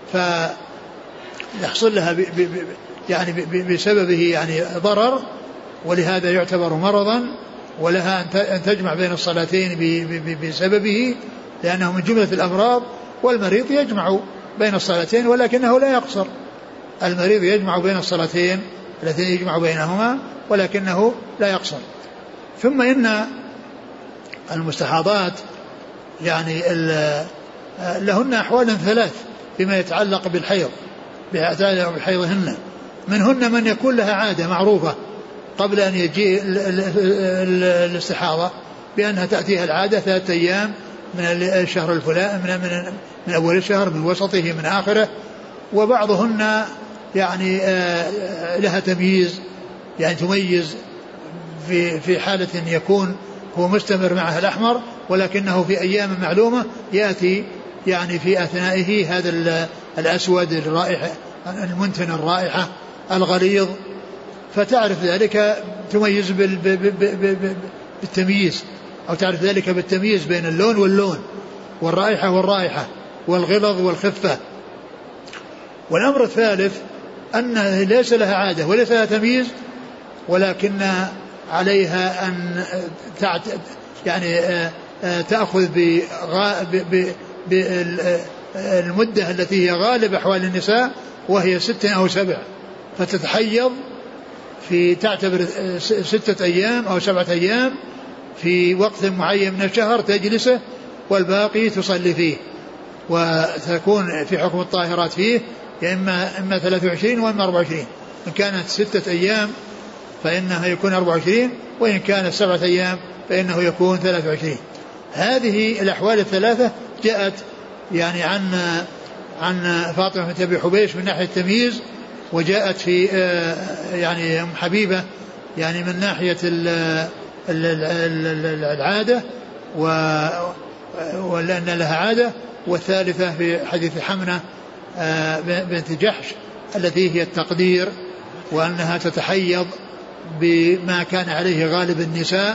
فيحصل لها يعني بسببه يعني ضرر، ولهذا يعتبر مرضا، ولها أن تجمع بين الصلاتين بسببه، لأنه من جملة الأمراض. والمريض يجمع بين الصلاتين ولكنه لا يقصر، المريض يجمع بين الصلاتين التي يجمع بينهما ولكنه لا يقصر. ثم إن المستحاضات يعني لهن أحوال ثلاث فيما يتعلق بالحيض، بحيضهن. منهن من يكون لها عادة معروفة قبل أن يجي الاستحاضة، بأنها تأتيها العادة 3 أيام من الشهر الفلاني، من أول الشهر، من وسطه، من آخره. وبعضهن يعني لها تمييز، يعني تميز في حالة يكون هو مستمر معها الأحمر، ولكنه في أيام معلومة يأتي يعني في أثنائه هذا الأسود الرائحة المنتن الرائحة الغليظ، فتعرف ذلك تميز بالتمييز، أو تعرف ذلك بالتمييز بين اللون واللون والرائحة والرائحة والغلظ والخفة. والأمر الثالث أن ليس لها عادة وليس لها تمييز، ولكن عليها أن يعني تأخذ بالمدة التي هي غالب أحوال النساء وهي 6 أو 7، فتتحيض تعتبر 6 أيام أو 7 أيام في وقت معين من الشهر تجلسه، والباقي تصلي فيه، وتكون في حكم الطاهرات فيه يا إما 23 وإما 24. إن كانت 6 أيام فإنها يكون 24، وإن كانت 7 أيام فإنه يكون 23. هذه الأحوال الثلاثة جاءت يعني عن فاطمة بنت أبي حبيش من ناحية التمييز، وجاءت في يعني أم حبيبة يعني من ناحية العادة ولأن لها عادة، والثالثة في حديث حمنة بنت جحش التي هي التقدير، وأنها تتحيض بما كان عليه غالب النساء،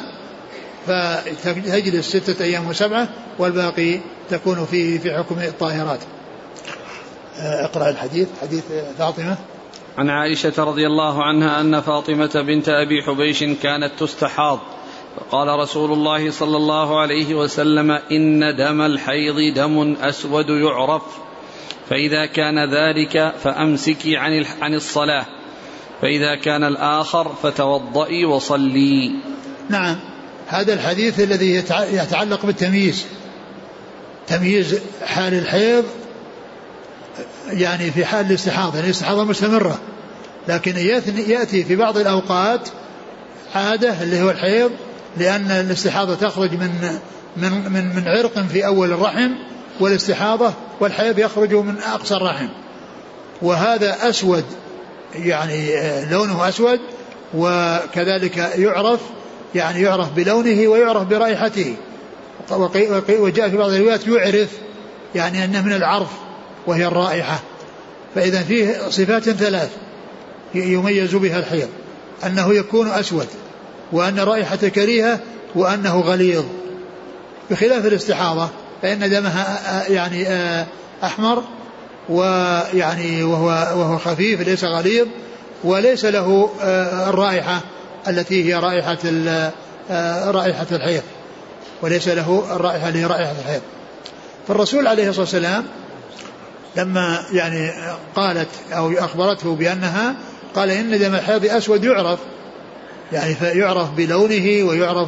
فتجلس 6 أيام و7، والباقي تكون فيه في حكم الطاهرات. اقرأ الحديث. حديث فاطمة. عن عائشة رضي الله عنها أن فاطمة بنت أبي حبيش كانت تستحاض، فقال رسول الله صلى الله عليه وسلم: إن دم الحيض دم أسود يعرف، فإذا كان ذلك فأمسكي عن الصلاة، فإذا كان الآخر فتوضئي وصلي. نعم، هذا الحديث الذي يتعلق بالتمييز، تمييز حال الحيض يعني في حال الاستحاضة، يعني الاستحاضة مستمرة، لكن يأتي في بعض الأوقات عادة اللي هو الحيض، لأن الاستحاضة تخرج من عرق في أول الرحم، والاستحاضة والحيض يخرج من أقصى الرحم، وهذا أسود يعني لونه أسود، وكذلك يعرف يعني يعرف بلونه ويعرف برائحته، وجاء في بعض الروايات يعرف يعني أنه من العرف وهي الرائحة. فإذا فيه صفات 3 يميز بها الحيض: أنه يكون أسود، وأن رائحة كريهة، وأنه غليظ، بخلاف الاستحاضة فإن دمها يعني أحمر ويعني وهو خفيف ليس غليظ، وليس له الرائحة التي هي رائحة الحيض، وليس له الرائحة اللي هي رائحة الحيض. فالرسول عليه الصلاة والسلام لما يعني قالت أو أخبرته بأنها، قال: إن دم الحيض أسود يعرف، يعني فيعرف بلونه ويعرف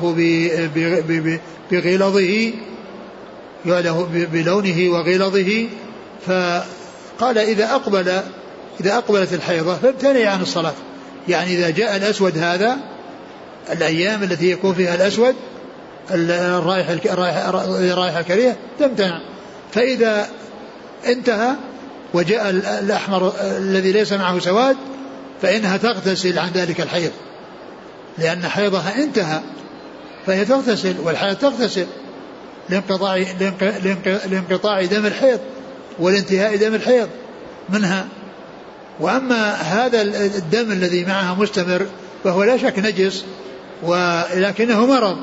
بغلظه، بلونه وغلظه. فقال: إذا أقبلت الحيضة فابتني عن الصلاة، يعني إذا جاء الأسود هذا الأيام التي يكون فيها الأسود الرائحة الكريهة تمتنع، فإذا انتهى وجاء الأحمر الذي ليس معه سواد فإنها تغتسل عن ذلك الحيض، لأن حيضها انتهى، فهي تغتسل، والحيض تغتسل لانقطاع دم الحيض والانتهاء دم الحيض منها. وأما هذا الدم الذي معها مستمر فهو لا شك نجس، ولكنه مرض،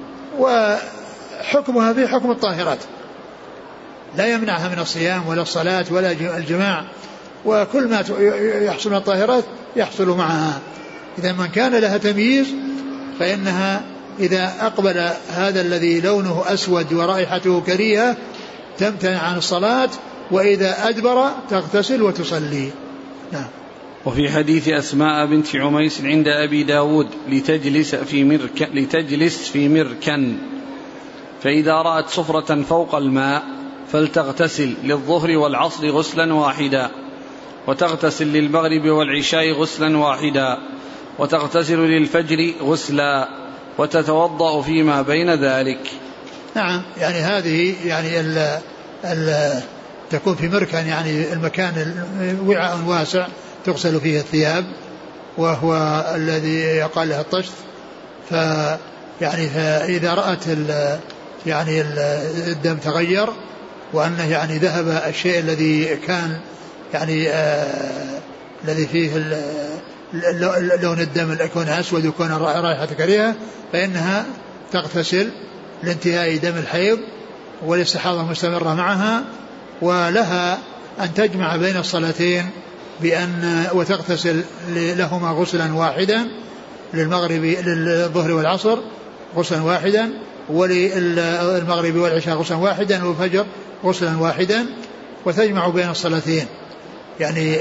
وحكمها في حكم الطاهرات، لا يمنعها من الصيام ولا الصلاة ولا الجماع، وكل ما يحصل من الطاهرات يحصل معها. إذا من كان لها تمييز فإنها إذا أقبل هذا الذي لونه أسود ورائحته كريهة تمتنع عن الصلاة، وإذا أدبر تغتسل وتصلي. نعم. وفي حديث أسماء بنت عميس عند أبي داود: لتجلس في مركن، فإذا رأت صفرة فوق الماء فلتغتسل للظهر والعصر غسلا واحدا، وتغتسل للمغرب والعشاء غسلا واحدا، وتغتسل للفجر غسلا، وتتوضأ فيما بين ذلك. نعم، يعني هذه يعني تكون في مركن، يعني المكان وعاء واسع تغسل فيه الثياب، وهو الذي يقال له الطشت. فإذا رأت يعني الدم تغير وأنه يعني ذهب الشيء الذي كان يعني الذي فيه لون الدم يكون أسود ويكون رائحة كريهة، فإنها تغتسل لانتهاء دم الحيض والاستحاضة مستمرة معها، ولها أن تجمع بين الصلاتين وتغتسل لهما غسلا واحدا، للظهر والعصر غسلا واحدا، وللمغرب والعشاء غسلا واحدا، والفجر غسلا واحدا، وتجمع بين الصلاتين يعني.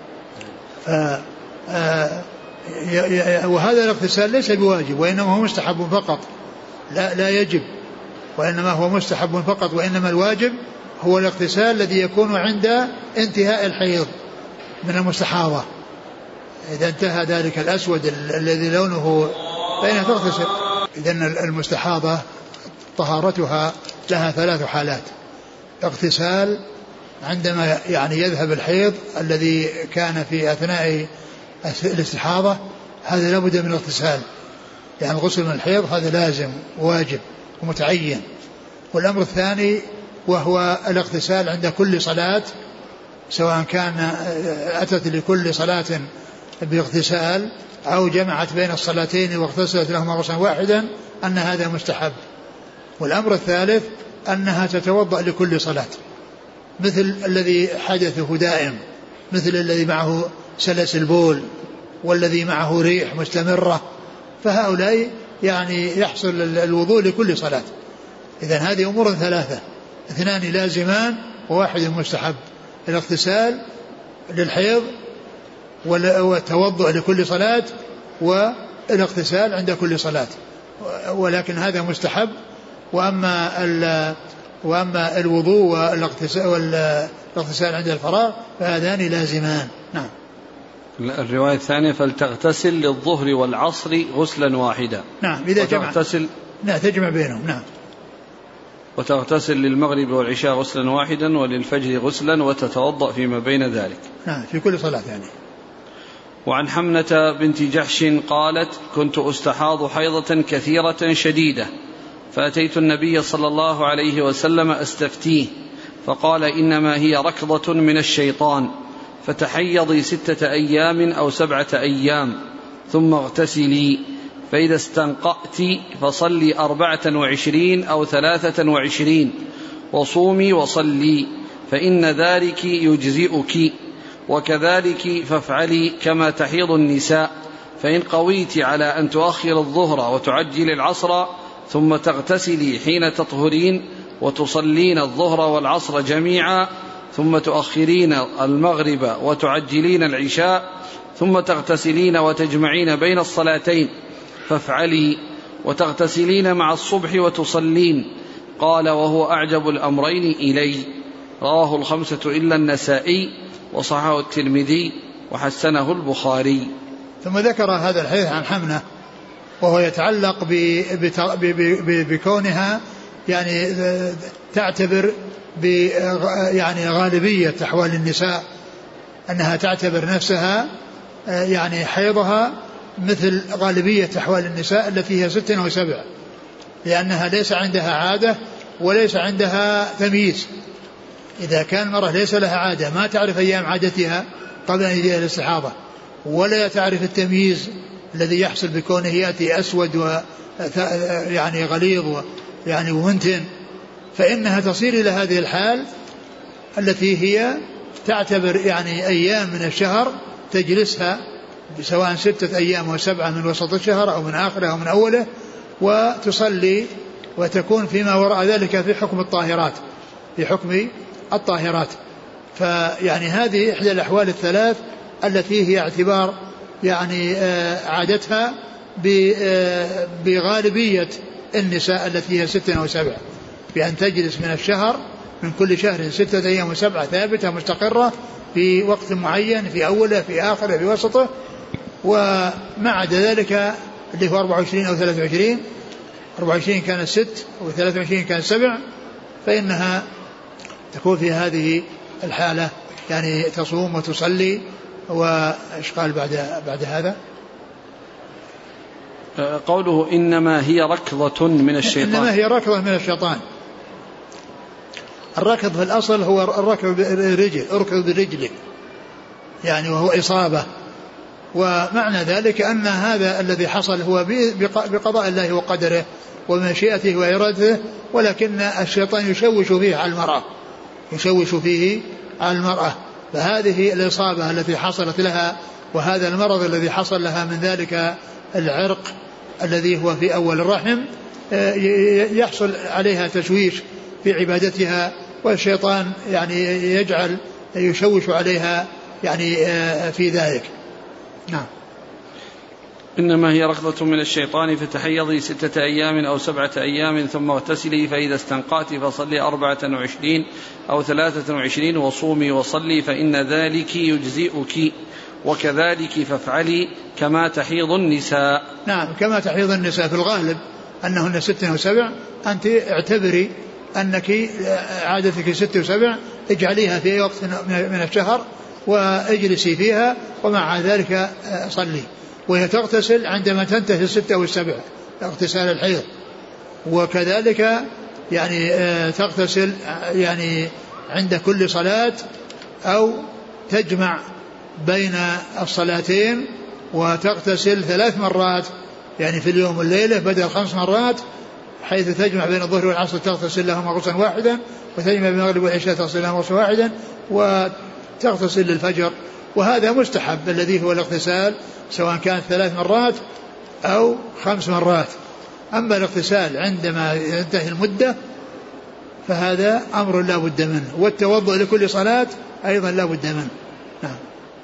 وهذا الاغتسال ليس بواجب، وإنما هو مستحب فقط، لا يجب، وإنما هو مستحب فقط، وإنما الواجب هو الاغتسال الذي يكون عند انتهاء الحيض من المستحاضة. إذا انتهى ذلك الأسود الذي لونه فإنها تغتسل. إذن المستحاضة طهارتها لها 3 حالات: اغتسال عندما يعني يذهب الحيض الذي كان في أثناء الاستحاضة، هذا لابد من الاغتسال، يعني الغسل من الحيض هذا لازم واجب ومتعين. والأمر الثاني وهو الاغتسال عند كل صلاة، سواء كان أتت لكل صلاة باغتسال أو جمعت بين الصلاتين واغتسلت لهما غسلا واحدا، أن هذا مستحب. والأمر الثالث أنها تتوضأ لكل صلاة، مثل الذي حدثه دائم، مثل الذي معه سلس البول والذي معه ريح مستمرة، فهؤلاء يعني يحصل الوضوء لكل صلاة. إذن هذه أمور 3: 2 لازمان و1 مستحب: الاغتسال للحيض والتوضؤ لكل صلاة والاغتسال عند كل صلاة، ولكن هذا مستحب. وأما الوضوء والاغتسال عند الفراغ فهذان لازمان. نعم. الرواية الثانية: فلتغتسل للظهر والعصر غسلا واحدا. نعم، إذا تجمع بينهم. نعم. وتغتسل للمغرب والعشاء غسلا واحدا وللفجر غسلا وتتوضأ فيما بين ذلك. نعم، في كل صلاة يعني. وعن حمنة بنت جحش قالت: كنت أستحاض حيضة كثيرة شديدة، فأتيت النبي صلى الله عليه وسلم أستفتيه، فقال: إنما هي ركضة من الشيطان، فتحيضي 6 أيام أو 7 أيام ثم اغتسلي، فإذا استنقأت فصلي 24 أو 23 وصومي وصلي، فإن ذلك يجزئك، وكذلك فافعلي كما تحيض النساء، فإن قويت على أن تؤخر الظهر وتعجل العصر ثم تغتسلي حين تطهرين وتصلين الظهر والعصر جميعا، ثم تؤخرين المغرب وتعجلين العشاء، ثم تغتسلين وتجمعين بين الصلاتين، فافعلي، وتغتسلين مع الصبح وتصلين. قال: وهو أعجب الأمرين إلي. رواه 5 إلا النسائي، وصححه الترمذي وحسنه البخاري. ثم ذكر هذا الحديث عن حمنة، وهو يتعلق بكونها يعني تعتبر يعني غالبية أحوال النساء، أنها تعتبر نفسها يعني حيضها مثل غالبية أحوال النساء التي هي 6 أو 7، لأنها ليس عندها عادة وليس عندها تمييز. إذا كان المرأة ليس لها عادة، ما تعرف أيام عادتها قبل أن يجيها الاستحاضة، ولا تعرف التمييز الذي يحصل بكونه يأتي أسود يعني غليظ يعني ومنتن، فإنها تصير إلى هذه الحال التي هي تعتبر يعني أيام من الشهر تجلسها، سواء 6 أيام أو 7 من وسط الشهر أو من آخره أو من أوله، وتصلي وتكون فيما وراء ذلك في حكم الطاهرات، في حكم الطاهرات. فيعني هذه إحدى الأحوال الثلاث التي هي اعتبار يعني عادتها بغالبية النساء التي هي 6 أو 7، بأن تجلس من الشهر من كل شهر 6 أيام و7 ثابتة مستقرة في وقت معين، في أوله في آخره في وسطه، وما عدا ذلك اللي هو 24 أو 23، 24 كانت 6 و23 كانت 7، فإنها تكون في هذه الحالة يعني تصوم وتصلي وإيش قال بعد هذا؟ قوله إنما هي ركضة من الشيطان. إنما هي ركضة من الشيطان. الركض في الأصل هو الركض بالرجل، اركض برجلك يعني، وهو إصابة. ومعنى ذلك أن هذا الذي حصل هو بقضاء الله وقدره ومشيئته وإرادته، ولكن الشيطان يشوش فيه على المرأة. فهذه الإصابة التي حصلت لها وهذا المرض الذي حصل لها من ذلك العرق الذي هو في أول الرحم يحصل عليها تشويش في عبادتها، والشيطان يعني يجعل يشوش عليها يعني في ذلك. نعم. إنما هي ركضة من الشيطان فتحيضي 6 أيام أو 7 أيام ثم اغتسلي، فإذا استنقعت فصلي 24 أو 23 وصومي وصلي، فإن ذلك يجزئك، وكذلك فافعلي كما تحيض النساء. نعم، كما تحيض النساء في الغالب أنهن 6 و7. أنت اعتبري أنك عادتك 6 و7، اجعليها في وقت من الشهر واجلسي فيها، ومع ذلك صلي. وهي تغتسل عندما تنتهي 6 و7 اغتسال الحيض، وكذلك يعني تغتسل يعني عند كل صلاة، أو تجمع بين الصلاتين وتغتسل 3 مرات يعني في اليوم والليلة بدل 5 مرات، حيث تجمع بين الظهر والعصر تغتسل لهما غسلا واحدا، وتجمع بين المغرب والعشاء تغتسل لهما غسلا واحدا، وتغتسل للفجر. وهذا مستحب الذي هو الاغتسال، سواء كانت 3 مرات أو 5 مرات. أما الاغتسال عندما ينتهي المدة فهذا أمر لا بد منه، والتوضؤ لكل صلاة أيضا لا بد منه. نعم.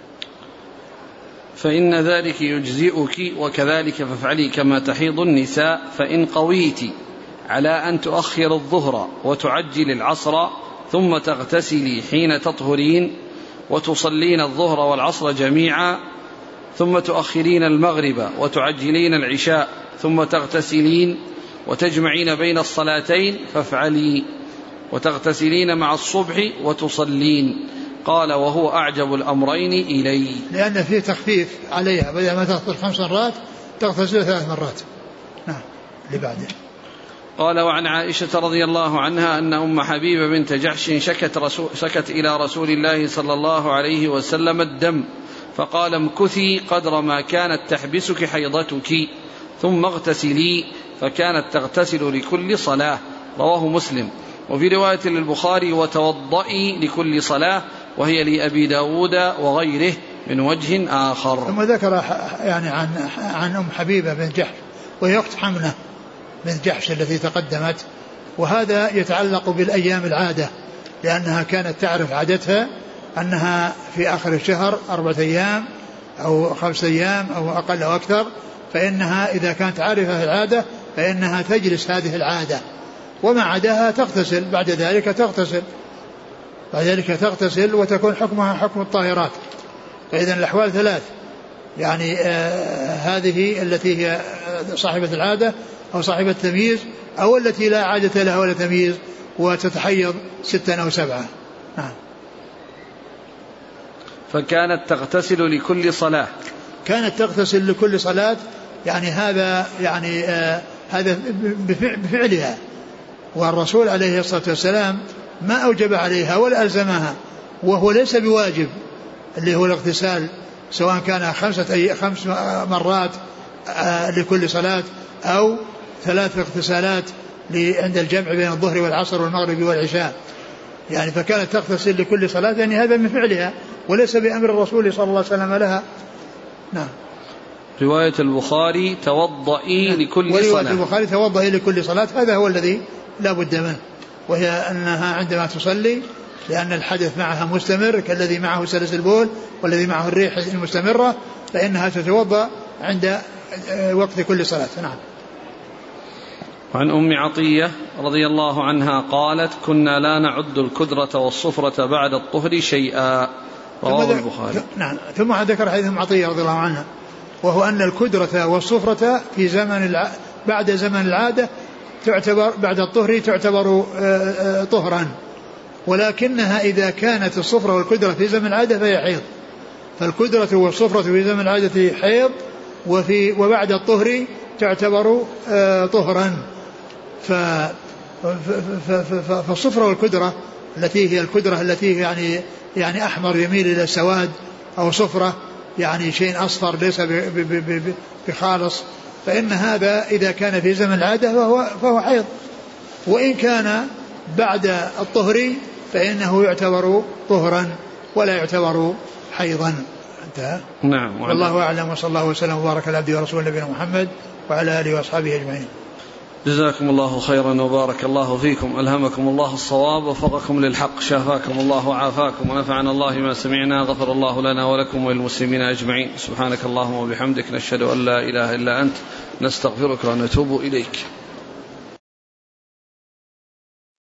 فإن ذلك يجزئك، وكذلك فافعلي كما تحيض النساء. فإن قويت على أن تؤخر الظهر وتعجل العصر ثم تغتسلي حين تطهرين وتصلين الظهر والعصر جميعا، ثم تؤخرين المغرب وتعجلين العشاء ثم تغتسلين وتجمعين بين الصلاتين فافعلي، وتغتسلين مع الصبح وتصلين. قال وهو أعجب الأمرين إلي، لأن فيه تخفيف عليها، بدل ما تغتسل 5 مرات تغتسل 3 مرات. نعم. اللي بعده قال وعن عائشة رضي الله عنها أن أم حبيبة بنت جحش شكت إلى رسول الله صلى الله عليه وسلم الدم، فقال امكثي قدر ما كانت تحبسك حيضتك ثم اغتسلي، فكانت تغتسل لكل صلاة. رواه مسلم. وفي رواية للبخاري وتوضئي لكل صلاة، وهي لأبي داود وغيره من وجه آخر. ثم ذكر يعني عن أم حبيبة بنت جحش، وهي أخت حمنة بنت جحش التي تقدمت، وهذا يتعلق بالأيام العادة، لأنها كانت تعرف عادتها أنها في آخر الشهر 4 أيام أو 5 أيام أو أقل أو أكثر، فإنها إذا كانت عارفة العادة فإنها تجلس هذه العادة، وما عداها تغتسل بعد ذلك تغتسل وتكون حكمها حكم الطاهرات. فإذا الأحوال 3، يعني هذه التي هي صاحبة العادة أو صاحبة التمييز، أو التي لا عادة لها ولا تمييز وتتحيض 6 أو 7. نعم. فكانت تغتسل لكل صلاة، كانت تغتسل لكل صلاة، يعني هذا يعني هذا بفعلها، والرسول عليه الصلاة والسلام ما أوجب عليها ولا ألزمها، وهو ليس بواجب اللي هو الاغتسال، سواء كان 5 مرات لكل صلاة أو 3 اغتسالات عند الجمع بين الظهر والعصر والمغرب والعشاء، يعني فكانت تغتسل لكل صلاة، يعني هذا من فعلها وليس بأمر الرسول صلى الله عليه وسلم لها. نعم. رواية البخاري توضئي لكل صلاة، ورواية البخاري توضئي لكل صلاة، هذا هو الذي لا بد منه، وهي أنها عندما تصلي، لأن الحدث معها مستمر كالذي معه سلس البول والذي معه الريح المستمرة، فإنها تتوضأ عند وقت كل صلاة. نعم. وعن أم عطية رضي الله عنها قالت كنا لا نعد الكدرة والصفرة بعد الطهر شيئا. رواه البخاري. نعم. ثم ذكر حديث أم عطية رضي الله عنها، وهو أن الكدرة والصفرة في بعد زمن العادة تعتبر بعد الطهر تعتبر طهرا، ولكنها إذا كانت الصفرة والكدرة في زمن العادة فهي حيض، فالكدرة والصفرة في زمن العادة حيض، وبعد الطهر تعتبر طهرا. فالصفرة والكدرة التي هي الكدرة التي يعني أحمر يميل إلى السواد، أو صفرة يعني شيء أصفر ليس بخالص، فإن هذا إذا كان في زمن العادة فهو حيض، وإن كان بعد الطهر فإنه يعتبر طهرا ولا يعتبر حيضا. انتهى. نعم. والله أعلم، وصلى الله وسلم وبارك على عبده ورسوله نبينا محمد وعلى آله وأصحابه أجمعين. جزاكم الله خيرا وبارك الله فيكم، ألهمكم الله الصواب ووفقكم للحق، شافاكم الله وعافاكم، ونفعنا الله ما سمعنا، غفر الله لنا ولكم وللمسلمين أجمعين. سبحانك اللهم وبحمدك، نشهد أن لا إله إلا أنت، نستغفرك ونتوب إليك.